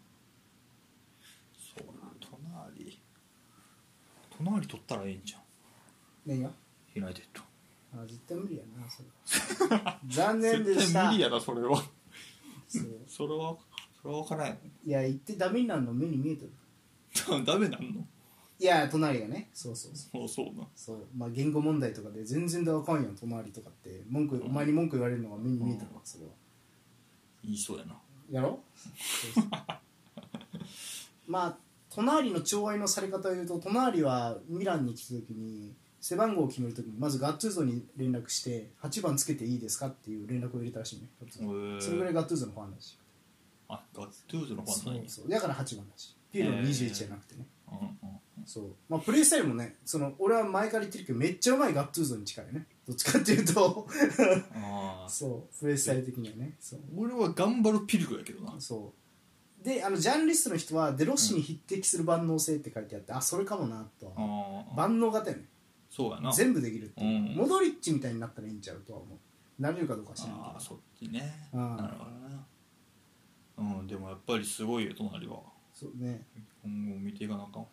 [SPEAKER 2] な、隣取ったらええんじゃん。
[SPEAKER 1] 何が
[SPEAKER 2] ユナイテッド。
[SPEAKER 1] 絶対無理やな、それ残念でした。
[SPEAKER 2] 絶対無理やな、それは。それは分からん。
[SPEAKER 1] いや、言ってダメになるの目に見えてる。
[SPEAKER 2] ダメなんの？
[SPEAKER 1] いや、隣がね、そうな。そう、まあ言語問題とかで全然あかんやん、隣とかってお前に文句言われるのが目に見えてるわ、それは。
[SPEAKER 2] 言いそうやな。
[SPEAKER 1] やろ？そうまあ隣の寵愛のされ方を言うと、隣はミランに来た時に背番号を決める時にまずガッツーゾに連絡して8番つけていいですかっていう連絡を入れたらしいね。それぐらいガッツーゾのファンだし。
[SPEAKER 2] ガッツーゾのファンなんや。
[SPEAKER 1] そうだから8番だし、ピエロの21じゃなくてね。そう、まあ、プレースタイルもね、俺は前から言ってるけどめっちゃうまいガッツーゾに近いね、どっちかっていうとそうプレースタイル的にはね。そう
[SPEAKER 2] 俺は頑張るピルクやけどな。
[SPEAKER 1] そうで、ジャーナリストの人はデロッシに匹敵する万能性って書いてあって、あ、それかもなとは。万能型よね。
[SPEAKER 2] そうやな、
[SPEAKER 1] 全部できるっていう、モドリッチみたいになったらいいんちゃうとは思う。なれるかどうか知らんけど。
[SPEAKER 2] そっちね。なるほどな。でもやっぱりすごいよ、隣は。
[SPEAKER 1] そうね、
[SPEAKER 2] 今後見ていかなあかん。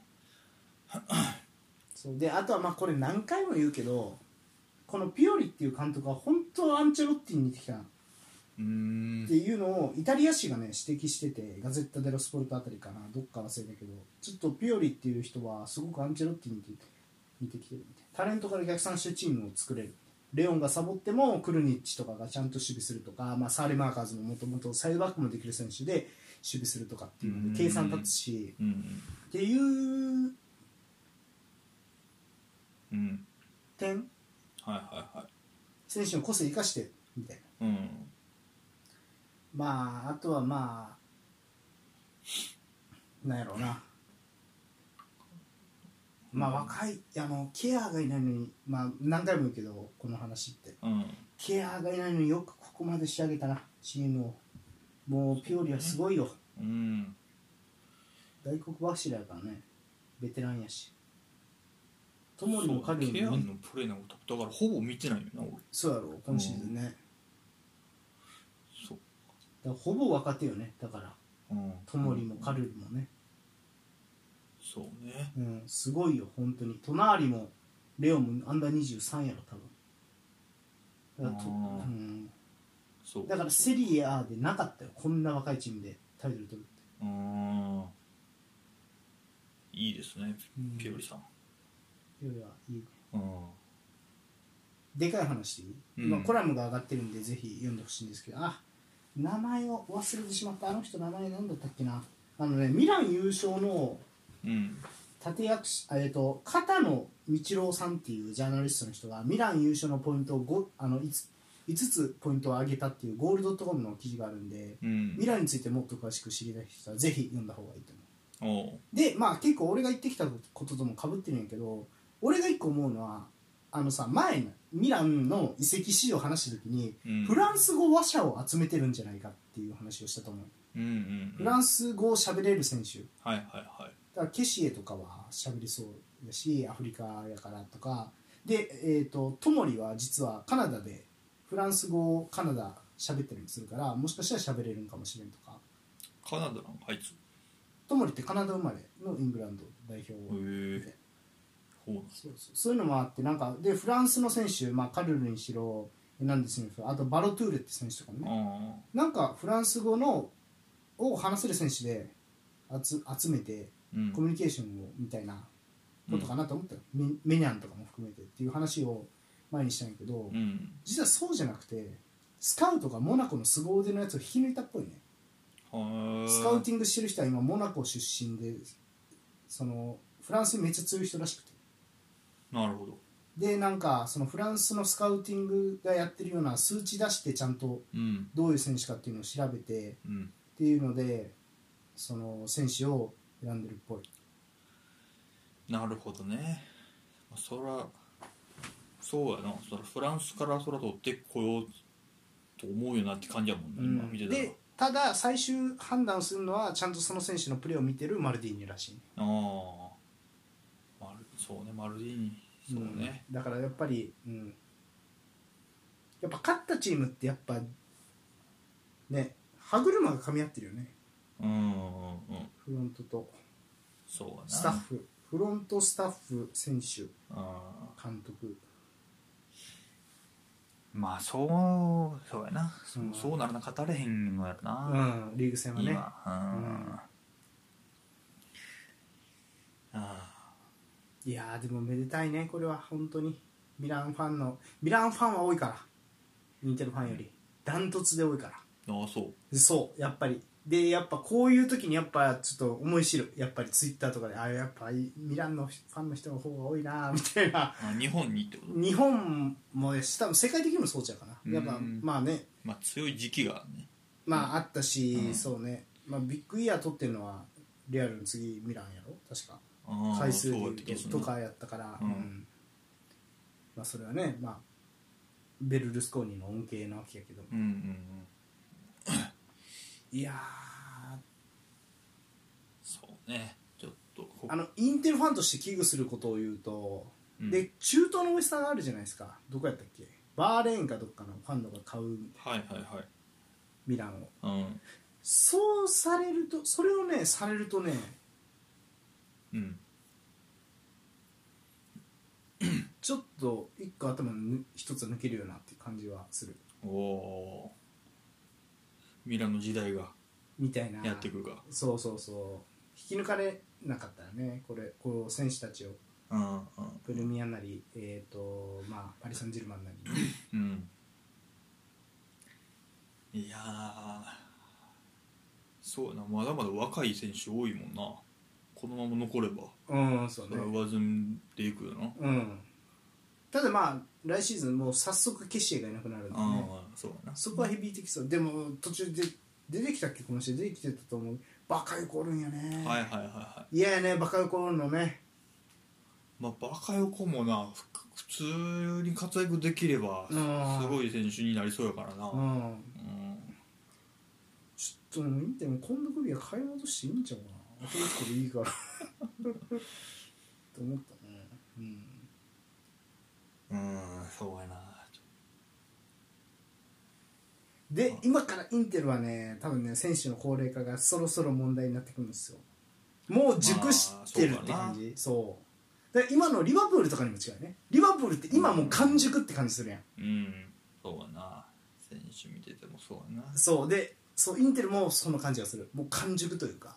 [SPEAKER 1] そうで、あとはまあこれ何回も言うけど、このピオリっていう監督は本当はアンチェロッティに似てきたっていうのをイタリア紙がね指摘してて、ガゼッタ・デロ・スポルトあたりかな、どっか忘れたけど、ちょっとピオリっていう人はすごくアンチェロッティに似てきてるみたいな。タレントから逆算してチームを作れる。レオンがサボってもクルニッチとかがちゃんと守備するとか、まあ、サーレ・マーカーズももともとサイドバックもできる選手で守備するとかっていうので計算立つし、っていう点、選手の個性生かしてみたいな、まああとはまあなんやろうな、まあ若いケアがいないのに、まあ何回も言うけどこの話って、ケアがいないのによくここまで仕上げたなチームを。もうピオリはすごいよ、大黒柱やからね、ベテランやし。トモリも彼に
[SPEAKER 2] ケアのプレーなんかだからほぼ見てないよな俺。
[SPEAKER 1] そうやろ、今シーズンね。そうだからほぼ若手よね、だからトモリもカルリもね。
[SPEAKER 2] そうね、
[SPEAKER 1] すごいよ本当に。隣もレオもアンダー23やろ多分。だからセリエ A でなかったよ、こんな若いチームでタイトル取るって。
[SPEAKER 2] いいですね、ピオリさん。
[SPEAKER 1] ピオリはいいね。でかい話でいい、今コラムが上がってるんでぜひ読んでほしいんですけど、名前を忘れてしまった。あの人名前なんだったっけな。ミラン優勝の立役者、片野道郎さんっていうジャーナリストの人がミラン優勝のポイントを5つポイントを上げたっていうゴールドットコムの記事があるんで、ミランについてもっと詳しく知りたい人はぜひ読んだ方がいいと思う。でまあ結構俺が言ってきたことともかぶってるんやけど、俺が一個思うのは前のミランの移籍史を話した時に、フランス語話者を集めてるんじゃないかっていう話をしたと思う。フランス語を喋れる選手、だからケシエとかは喋りそうだし、アフリカやからとかで、トモリは実はカナダでフランス語をカナダ喋ってるりするから、もしかしたら喋れるんかもしれんとか。
[SPEAKER 2] カナダのあいつ
[SPEAKER 1] トモリってカナダ生まれのイングランド代表で、そういうのもあって、なんかでフランスの選手、カルルにしろなんですね、あとバロトゥーレって選手とかね、なんかフランス語を話せる選手で集めてコミュニケーションをみたいなことかなと思ったよ、メニャンとかも含めてっていう話を前にしたんやけど、実はそうじゃなくてスカウトがモナコの凄腕のやつを引き抜いたっぽいね。スカウティングしてる人は今モナコ出身で、フランスにめっちゃ強い人らしくて。
[SPEAKER 2] なるほど。
[SPEAKER 1] でなんかフランスのスカウティングがやってるような数値出してちゃんとどういう選手かっていうのを調べて、 っていうのでその選手を選んでるっぽい。
[SPEAKER 2] なるほどね。そらそうやな。そらフランスからそら取ってこようと思うよなって感じやもんね、今見てたら。
[SPEAKER 1] でただ最終判断するのはちゃんとその選手のプレーを見てるマルディーニらしい、ね、
[SPEAKER 2] ああ、そうね、マルディーニ、そうね、
[SPEAKER 1] だからやっぱり、やっぱ勝ったチームってやっぱね歯車が噛み合ってるよね。フロントと
[SPEAKER 2] そうやな、
[SPEAKER 1] スタッフ、フロントスタッフ、選手、監督。
[SPEAKER 2] まあそうやな、そうなるな、語れへんのやろな、
[SPEAKER 1] リーグ戦はね。いやでもめでたいねこれは本当に。ミランファンは多いからインテルファンよりダントツで多いから。そうやっぱりでやっぱこういう時にやっぱちょっと思い知る、やっぱりツイッターとかでやっぱミランのファンの人の方が多いなみたいな。
[SPEAKER 2] 日本にってこと？
[SPEAKER 1] 日本もですし多分世界的にもそうちゃうかな。やっぱまあね、
[SPEAKER 2] 強い時期がね
[SPEAKER 1] あったし、そうね、ビッグイヤー取ってるのはレアルの次ミランやろ確か、回数でいうとかやったから、それはねベルルスコーニの恩恵なわけやけど、いや
[SPEAKER 2] そうね、ちょっと
[SPEAKER 1] インテルファンとして危惧することを言うと、で中東のウエスタがあるじゃないですか。どこやったっけ、バーレーンかどっかのファンドが買うミランを、そうされると、それをねされるとね、ちょっと一個頭の一つ抜けるよなっていう感じはする。
[SPEAKER 2] ミランの時代が
[SPEAKER 1] みたいな
[SPEAKER 2] やってくるか。
[SPEAKER 1] そう引き抜かれなかったらね、こう選手たちを、プレミアなり、パリ・サンジェルマンな
[SPEAKER 2] り、いやそうやな、まだまだ若い選手多いもんな。このまま残れば、
[SPEAKER 1] そうね、
[SPEAKER 2] 上積んでいくよな。
[SPEAKER 1] ただ来シーズンもう早速ケシエがいなくなるんでね、そこは響いてきそう。でも途中で出てきたっけ、この試合出てきてたと思う。バカ横おるんやね。嫌やね、バカ横おるのね。
[SPEAKER 2] バカ横もな、普通に活躍できればすごい選手になりそうやからな。
[SPEAKER 1] ちょっと見ても今度首は買い戻していいんちゃうかな、あと1個でいいからと思ったね。
[SPEAKER 2] そうやな。
[SPEAKER 1] で今からインテルはね、多分ね選手の高齢化がそろそろ問題になってくるんですよ。もう熟してるって感じ。そうで今のリバプールとかにも違うね。リバプールって今もう完熟って感じするやん。
[SPEAKER 2] そうやな、選手見ててもそうやな。
[SPEAKER 1] そうで、インテルもその感じがする。もう完熟というか、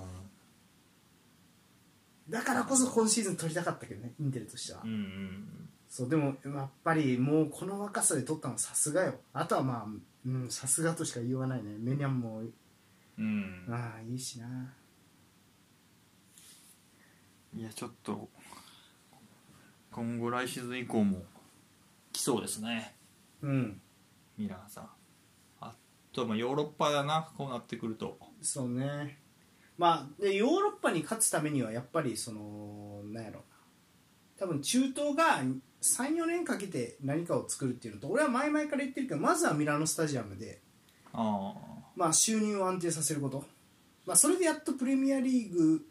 [SPEAKER 1] だからこそ今シーズン取りたかったけどね、インテルとしては。そうでもやっぱりもうこの若さで取ったのはさすがよ。あとはさすがとしか言いようがないね。メニャンもいいしな。
[SPEAKER 2] いやちょっと今後来シーズン以降も来そうですね。ミランさん。あとヨーロッパだな、こうなってくると。
[SPEAKER 1] そうね。でヨーロッパに勝つためにはやっぱりなんやろうな、多分中東が 3,4 年かけて何かを作るっていうのと、俺は前々から言ってるけど、まずはミラノスタジアムで収入を安定させること、それでやっとプレミアリーグ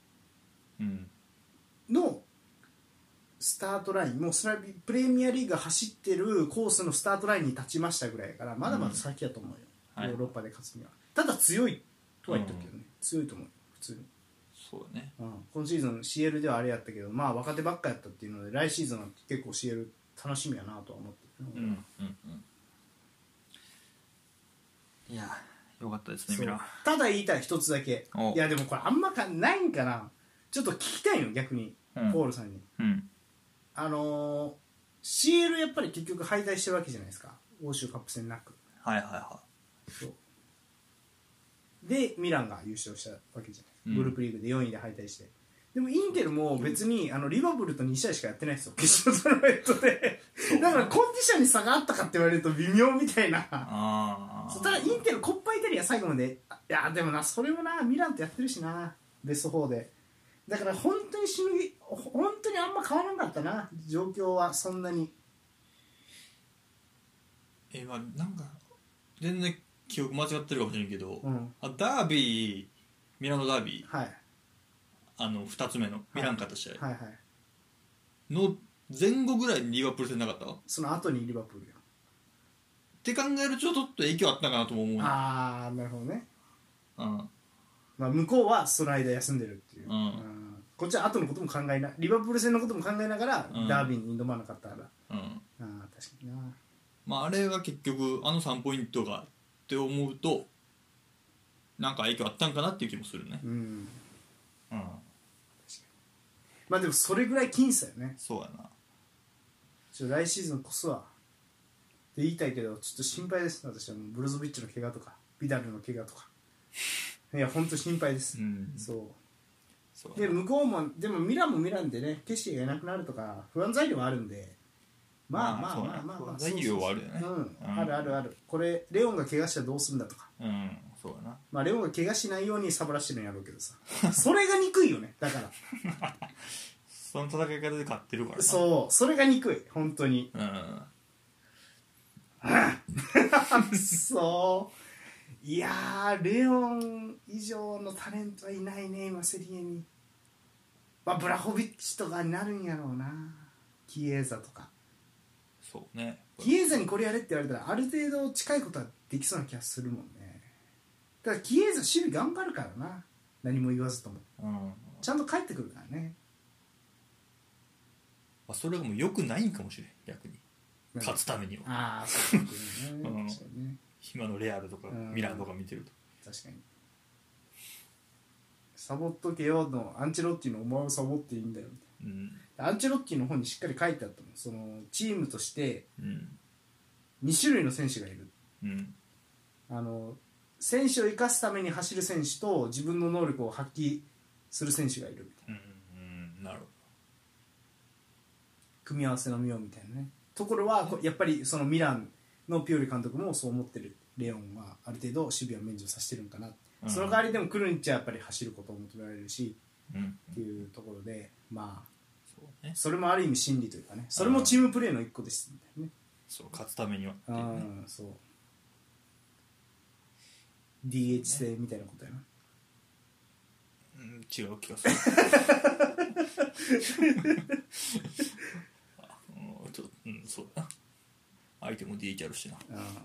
[SPEAKER 1] のスタートライン、もうそれはプレミアリーグが走ってるコースのスタートラインに立ちましたぐらいやから、まだまだ先やと思うよ、ヨーロッパで勝つには。ただ強いとは言っとくけどね、強いと思う普通に。
[SPEAKER 2] そうね、
[SPEAKER 1] 今シーズン CL ではあれやったけど、若手ばっかやったっていうので、来シーズンは結構 CL 楽しみやなとは思ってる。
[SPEAKER 2] いやよかったですね、ミラン。
[SPEAKER 1] ただ言いたい一つだけ。いやでもこれあんまないんかな、ちょっと聞きたいよ逆に、ポールさんに。CL やっぱり結局敗退してるわけじゃないですか、欧州カップ戦なく。そうでミランが優勝したわけじゃない、グループリーグで4位で敗退して。でもインテルも別にリバプールと2試合しかやってないですよ、決勝トーナメントでだからコンディションに差があったかって言われると微妙みたいなただインテルコッパイタリア最後まで、いやでもな、それもなミランとやってるしな、ベスト4で。だから本当に本当にあんま変わらなかったな、状況はそんなに。
[SPEAKER 2] まあなんか全然記憶間違ってるかもしれんけど、
[SPEAKER 1] うん、
[SPEAKER 2] ダービー、ミラノダービー、
[SPEAKER 1] はい、
[SPEAKER 2] 2つ目のミラン勝った試合
[SPEAKER 1] はいはい
[SPEAKER 2] の前後ぐらいにリバプール戦なかった？
[SPEAKER 1] その後にリバプールよ
[SPEAKER 2] って考えるとちょっと影響あったかなとも思う。
[SPEAKER 1] ああなるほどね、
[SPEAKER 2] うん、
[SPEAKER 1] まあ、向こうはその間休んでるっていう、
[SPEAKER 2] うん
[SPEAKER 1] こっちは後のことも考えな、リバプール戦のことも考えながら、ダービーに挑まなかったから、
[SPEAKER 2] うん、
[SPEAKER 1] あ確かにな。
[SPEAKER 2] まああれは結局3ポイントがって思うとなんか影響あったんかなっていう気もするね。
[SPEAKER 1] うん、
[SPEAKER 2] うん、
[SPEAKER 1] まあでもそれぐらい僅差よね。
[SPEAKER 2] そうやな。
[SPEAKER 1] 来シーズンこそはって言いたいけどちょっと心配です。私はもうブロゾビッチの怪我とかビダルの怪我とかいや本当心配です、
[SPEAKER 2] うん、
[SPEAKER 1] そうで向こうもでもミランもミランでね、ケシがいなくなるとか不安材料はあるんで、まあ
[SPEAKER 2] 不安材料はあるよね。
[SPEAKER 1] あるあるある。これレオンが怪我したらどうするんだとか、
[SPEAKER 2] そうやな。
[SPEAKER 1] まあレオンが怪我しないようにサボらしてるんやろうけどさそれが憎いよね。だから
[SPEAKER 2] その戦い方で勝ってるからな。
[SPEAKER 1] そうそれが憎い本当に。そういやーレオン以上のタレントはいないね今セリエに。まあブラホビッチとかになるんやろうな、キエーザとか。
[SPEAKER 2] そうね、
[SPEAKER 1] キエーザにこれやれって言われたらある程度近いことはできそうな気がするもんね。ただキエーザ守備頑張るからな、何も言わずとも、ちゃんと帰ってくるからね。
[SPEAKER 2] まあ、それがもう良くないんかもしれん、逆に勝つためには。
[SPEAKER 1] ああそうですね、確かにね。
[SPEAKER 2] 今のレアルとかミランとか見てると
[SPEAKER 1] 確かにサボっとけよのアンチェロッティのお前をサボっていいんだよみたいな、アンチェロッティの本にしっかり書いてあったの。そのチームとして2種類の選手がいる、選手を生かすために走る選手と自分の能力を発揮する選手がいるみたいな、
[SPEAKER 2] なるほど。
[SPEAKER 1] 組み合わせの妙みたいなねところはやっぱりそのミランのピオリ監督もそう思ってる。レオンはある程度守備は免除させてるんかな、その代わりでもクルニッチはやっぱり走ることを求められるし、っていうところで、まあそうね、それもある意味真理というかね、それもチームプレーの一個ですみたいなね。
[SPEAKER 2] そう勝つためにはっていうね、
[SPEAKER 1] そう DH 制みたいなことやな、
[SPEAKER 2] 違う気がするそうだな、相手も DH あるしな。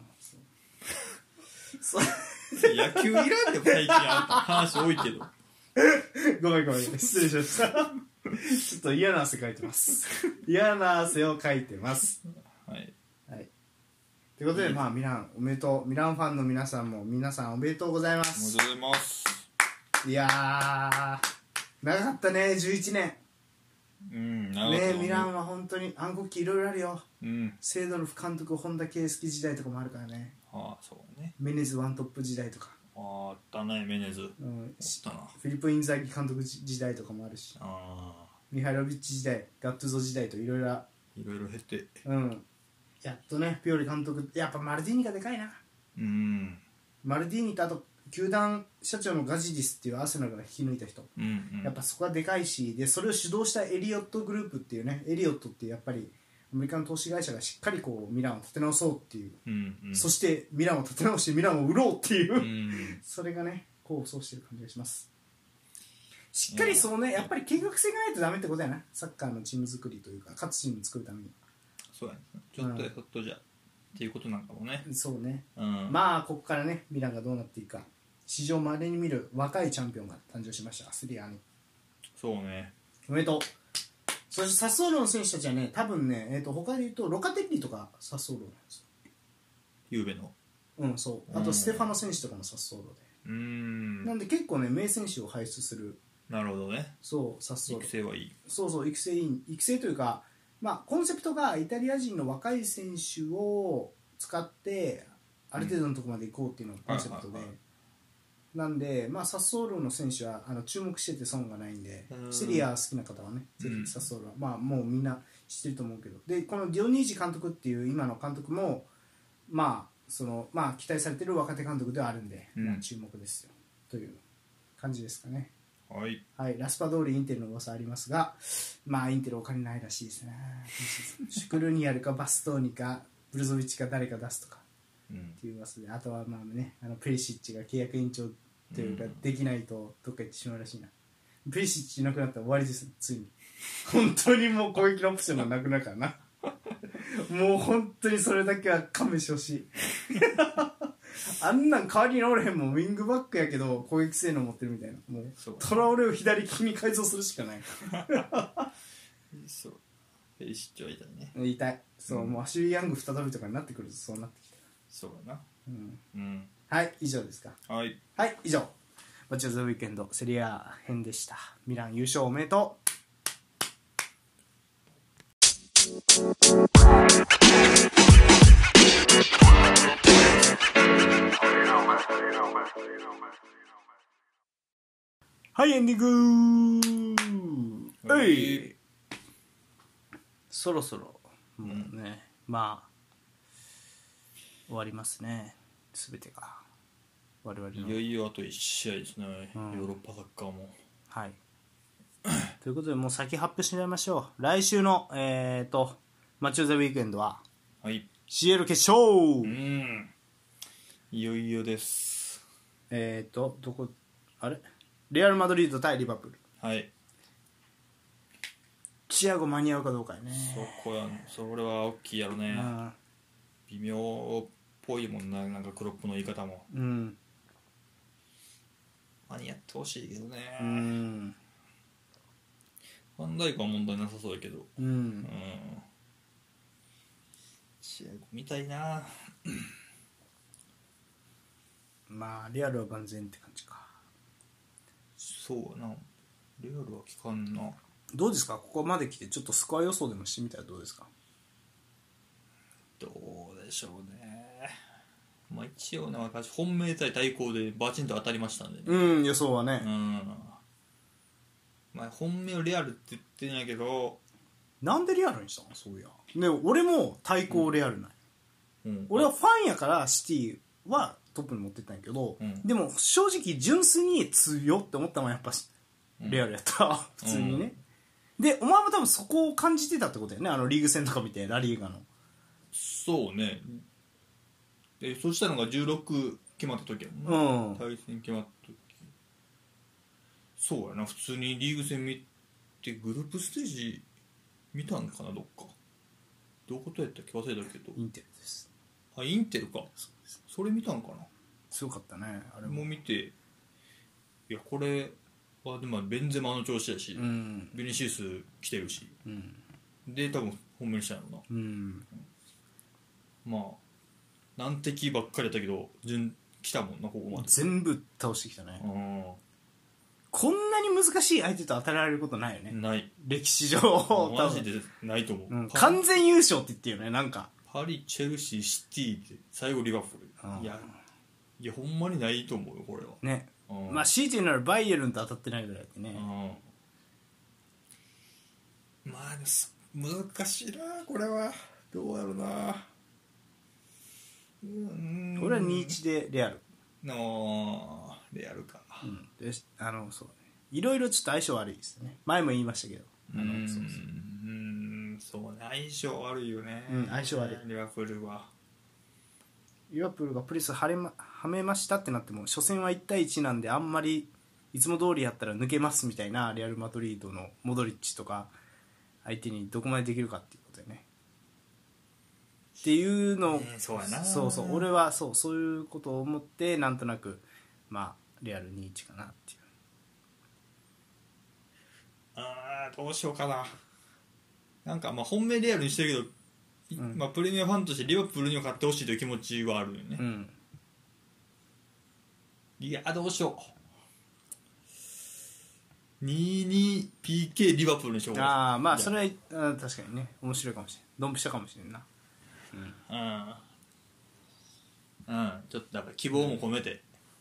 [SPEAKER 2] そう野球いらんでも最近話多いけど
[SPEAKER 1] ごめん失礼しましたちょっと嫌な汗かいてます嫌な汗をかいてますはい、はい、ということで、まあミランおめでとう。ミランファンの皆さんも皆さんおめでとうございます。
[SPEAKER 2] おめでとうございます。
[SPEAKER 1] いやー長かったね11年。ね、ミランは本当に暗黒期いろいろあるよ、セードルフ監督、本田圭佑時代とかもあるからね。
[SPEAKER 2] そうね、
[SPEAKER 1] メネズワントップ時代とか
[SPEAKER 2] あったね、メネズ、
[SPEAKER 1] フィリップ・インザギ監督時代とかもあるし、ミハイロビッチ時代、ガットゥーゾ時代といろいろ
[SPEAKER 2] 経て、
[SPEAKER 1] やっとねピオリ監督。やっぱマルディーニがでかいな。マルディーニとあと球団社長のガジディスっていうアーセナルが引き抜いた人、やっぱそこはでかいし、でそれを主導したエリオットグループっていうね、エリオットってやっぱりアメリカの投資会社がしっかりこうミランを立て直そうっていう、そしてミランを立て直してミランを売ろうっていう、それがね功を奏してる感じがします。しっかりそうね、やっぱり計画性がないとダメってことやな、サッカーのチーム作りというか勝つチーム作るために。
[SPEAKER 2] そうやね、ちょっとじゃっていうことなんかもね。
[SPEAKER 1] そうね、まあここからねミランがどうなっていくか。史上まれに見る若いチャンピオンが誕生しました、セリアに。
[SPEAKER 2] そうね、
[SPEAKER 1] おめでとう。そしてサッソーロの選手たちはね、多分ね、他で言うとロカテッリとかサッソーロなんですよ。
[SPEAKER 2] ゆうべの。
[SPEAKER 1] そう。あとステファノ選手とかもサッソーロで。なんで結構ね名選手を輩出する。
[SPEAKER 2] なるほどね。
[SPEAKER 1] そう、サッソーロ。
[SPEAKER 2] 育成はいい。
[SPEAKER 1] そう育成いい。育成というか、まあコンセプトがイタリア人の若い選手を使ってある程度のところまで行こうっていうのがコンセプトで。なんで、まあ、サッソーロの選手は注目してて損がないんで、セリア好きな方はね、ぜひサッソーロは、まあ、もうみんな知ってると思うけど、でこのディオニージ監督っていう今の監督も、まあ、 まあ期待されてる若手監督ではあるんで、
[SPEAKER 2] うん
[SPEAKER 1] まあ、注目ですよという感じですかね。
[SPEAKER 2] はい
[SPEAKER 1] はい、ラスパ通りインテルの噂ありますが、まあインテルお金ないらしいですね。シュクルニアルかバストーニかブルゾビッチか誰か出すとか
[SPEAKER 2] うん
[SPEAKER 1] っていう噂で、あとはまあね、ペリシッチが契約延長というかできないとどっか行ってしまうらしいな。ペリシッチいなくなったら終わりです、ついに。本当にもう攻撃のオプションがなくなるからな。もう本当にそれだけは勘弁してほしい。あんなん代わりにおれへんもん。ウィングバックやけど攻撃性能持ってるみたいな。もうトラオレを左利きに改造するしかない。
[SPEAKER 2] そうペリシッチは痛いね。
[SPEAKER 1] 言いたい。そう、もうアシュリー・ヤング再びとかになってくるとそうなってきた。
[SPEAKER 2] そうだな。
[SPEAKER 1] うん
[SPEAKER 2] うん。
[SPEAKER 1] はい以上ですか。
[SPEAKER 2] はい。
[SPEAKER 1] はい以上マッチョ・ザ・ウィーケンドセリア編でした。ミラン優勝おめでとう。はいエンディング
[SPEAKER 2] はい
[SPEAKER 1] いそろそろもうね、まあ終わりますね、全てが我々の。
[SPEAKER 2] いよいよあと1試合ですね、
[SPEAKER 1] うん
[SPEAKER 2] ヨーロッパサッカーも。
[SPEAKER 1] はいということでもう先発表してもらいましょう。来週のマッチョ・ザ・ウィークエンドは
[SPEAKER 2] はい。
[SPEAKER 1] CL 決勝、
[SPEAKER 2] うんいよいよです。
[SPEAKER 1] どこあれレアル・マドリード対リバプール。
[SPEAKER 2] はい。
[SPEAKER 1] チアゴ間に合うかどうかやね。
[SPEAKER 2] それは大きいやろね。
[SPEAKER 1] うん
[SPEAKER 2] 微妙っぽいもんな、なんかクロップの言い方も。
[SPEAKER 1] うん
[SPEAKER 2] 間に合ってほしいけどね。
[SPEAKER 1] うん
[SPEAKER 2] ファンダイクは問題なさそうだけど。
[SPEAKER 1] うん
[SPEAKER 2] 試合見たいな。
[SPEAKER 1] まあリアルは万全って感じか。
[SPEAKER 2] そうやな。レアルは効かんな。
[SPEAKER 1] どうですかここまで来てちょっとスコア予想でもしてみたらどうですか。
[SPEAKER 2] どうでしょうね。まあ一応ね、私本命対対抗でバチンと当たりましたんでね。
[SPEAKER 1] うん予想はね、
[SPEAKER 2] まあ本命をレアルって言ってないけど、
[SPEAKER 1] なんでリアルにしたのそういやね。俺も対抗レアルない、俺はファンやからシティはトップに持ってったんやけど、でも正直純粋に強って思ったのはやっぱレアルやった、普通にね、でお前も多分そこを感じてたってことやね、リーグ戦とか見てラリーガの。
[SPEAKER 2] そうね。でそうしたのが16決まった時やもんな、対戦決まった時。そうやな、普通にリーグ戦見てグループステージ見たんかな、どっかどことやったっけ忘れたけど。
[SPEAKER 1] インテルです。
[SPEAKER 2] あ、インテルか。それ見たんかな。
[SPEAKER 1] 強かったねあれ
[SPEAKER 2] もう見て、いやこれはでもベンゼマの調子やし、ベニシウス来てるし、で多分本命にしたんやろな。まあ難敵ばっかりやったけど来たもんな、ここまで
[SPEAKER 1] 全部倒してきたね。こんなに難しい相手と当たられることないよね、
[SPEAKER 2] ない
[SPEAKER 1] 歴史上
[SPEAKER 2] マジでないと思う、
[SPEAKER 1] 完全優勝って言ってるよね。なんか
[SPEAKER 2] パリ、チェルシー、シティで最後リバプール、いやほんまにないと思うよこれは
[SPEAKER 1] ね。まあ強いて言うならバイエルンと当たってないぐらいでね。
[SPEAKER 2] まあ難しいなこれは。どうやろうな。
[SPEAKER 1] 俺は 2-1 でレアル
[SPEAKER 2] のレアルか。
[SPEAKER 1] でそういろいろちょっと相性悪いですよね。前も言いましたけど
[SPEAKER 2] そうね、相性悪いよね。
[SPEAKER 1] 相性悪い。
[SPEAKER 2] リバプールは
[SPEAKER 1] リバプールがプレスはめましたってなっても初戦は1対1なんであんまりいつも通りやったら抜けますみたいな、レアル・マドリードのモドリッチとか相手にどこまでできるかっていうことでねっていうのを、
[SPEAKER 2] そうやな。
[SPEAKER 1] そう俺はそういうことを思ってなんとなくまあレアル 2-1 かなっていう。
[SPEAKER 2] どうしようかな。なんかまあ本命レアルにしてるけど、まあ、プレミアファンとしてリバプールには勝ってほしいという気持ちはあるよね、いやどうしよう。 2-2PK リバプールにしようか。
[SPEAKER 1] まあそれは確かにね面白いかもしれない。ドンピシャかもしれんな。
[SPEAKER 2] ちょっとだから希望も込めて、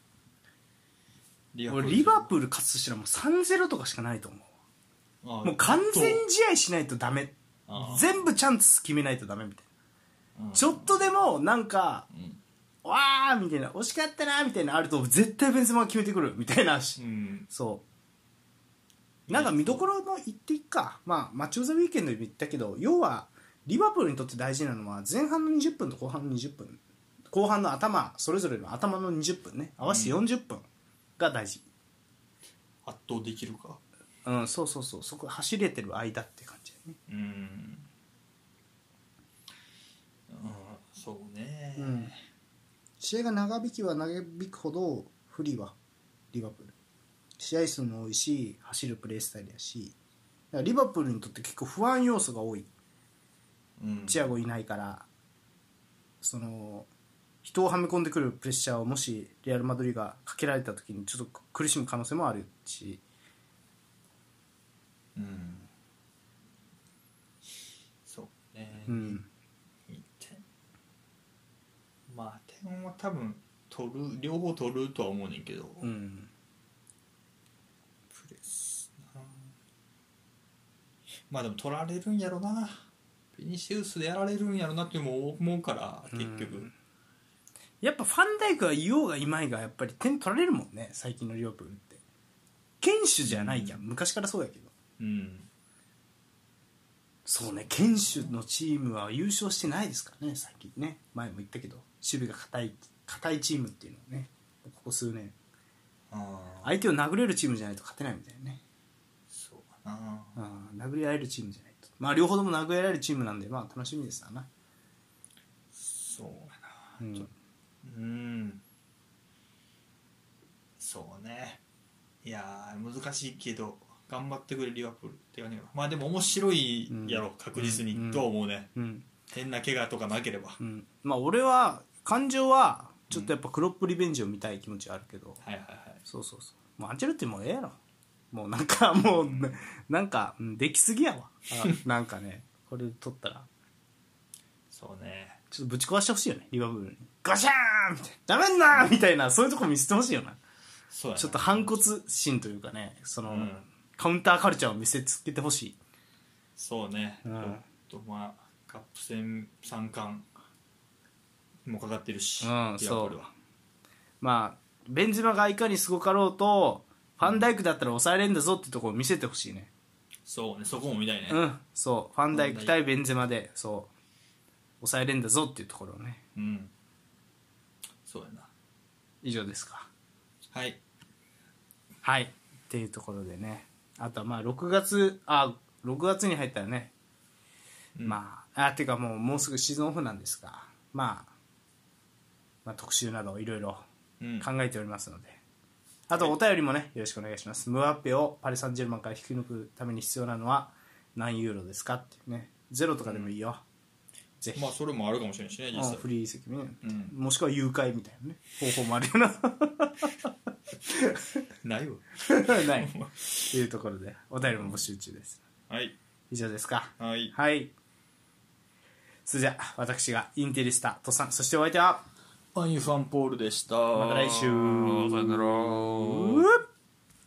[SPEAKER 1] 俺リバプール勝つとしたらもう 3-0 とかしかないと思う。もう完全試合しないとダメ、全部チャンス決めないとダメみたいな、ちょっとでもなんか、 わーみたいな惜しかったなみたいなあると絶対ベンゼマが決めてくるみたいな、そうなんか見どころの言っていっか、まあ、マッチ・オブ・ザ・ウィーケンドでも言ったけど、要はリバプールにとって大事なのは前半の20分と後半の20分、後半の頭それぞれの頭の20分ね、合わせて40分が大事、
[SPEAKER 2] 圧倒できるか、
[SPEAKER 1] そうそうそう、そこ走れてる間って感じだね。
[SPEAKER 2] そうね、
[SPEAKER 1] 試合が長引きは長引くほど不利はリバプール、試合数も多いし走るプレースタイルやし、だからリバプールにとって結構不安要素が多い、チアゴいないから、その人をはめ込んでくるプレッシャーをもしレアル・マドリーがかけられた時にちょっと苦しむ可能性もあるし、
[SPEAKER 2] そうね、まあ点は多分両方取るとは思うねんけど、プレスな、まあでも取られるんやろな、ビニシウスでやられるんやろなって思うから結局、
[SPEAKER 1] やっぱファンダイクはいようがいまいがやっぱり点取られるもんね、最近のリバプールって堅守じゃないじゃん、昔からそうやけど、そうね、堅守のチームは優勝してないですからね、最近ね、前も言ったけど守備が硬いチームっていうのはね、ここ数年相手を殴れるチームじゃないと勝てないみたいなね、
[SPEAKER 2] そうかな、
[SPEAKER 1] 殴り合えるチームじゃないと、まあ両方とも殴り合えるチームなんで、まあ楽しみですわな。
[SPEAKER 2] そうやな、そうね、いや難しいけど頑張ってくれリバプールって感じかな。まあでも面白いやろ、確実に、とは思うね、変な怪我とかなければ、
[SPEAKER 1] まあ俺は感情はちょっとやっぱクロップリベンジを見たい気持ちはあるけど、そうそうそう、もうアンチェロッティもうええやろ、もうなんかもう、なんかできすぎやわなんかね、これ取ったら
[SPEAKER 2] そうね、
[SPEAKER 1] ちょっとぶち壊してほしいよね、リバプールにガシャーンみたいな、ダメんなみたいな、そういうとこ見せてほしいよな。
[SPEAKER 2] そうやな、
[SPEAKER 1] ちょっと反骨心というかね、その、カウンターカルチャーを見せつけてほしい。
[SPEAKER 2] そうね、ちょっとまあカップ戦3冠もかかってるし、リバプールは
[SPEAKER 1] まあベンゼマがいかにすごかろうとファンダイクだったら抑えれるんだぞってところを見せてほしいね。
[SPEAKER 2] そうね、そこも見たいね。
[SPEAKER 1] そうファンダイク対ベンゼマでそう抑えれるんだぞっていうところをね。
[SPEAKER 2] そうやな。
[SPEAKER 1] 以上ですか。
[SPEAKER 2] はい
[SPEAKER 1] っていうところでね、あとはまあ6月に入ったらね、まあていうかもうすぐシーズンオフなんですが、まあ特集などいろいろ考えておりますので、あとお便りもねよろしくお願いします。ムバッペをパリ・サンジェルマンから引き抜くために必要なのは何ユーロですかっていうね、ゼロとかでもいいよ、ぜひ。
[SPEAKER 2] まあそれもあるかもしれないしね、実際
[SPEAKER 1] フリー席ね、もしくは誘拐みたいなね方法もあるよな
[SPEAKER 2] ないわ
[SPEAKER 1] ないというところでお便りも募集中です。以上ですか。それじゃあ私がインテリスタトさん、そしてお相手は
[SPEAKER 2] アンユファンポールでした。
[SPEAKER 1] また来週。
[SPEAKER 2] さよなら。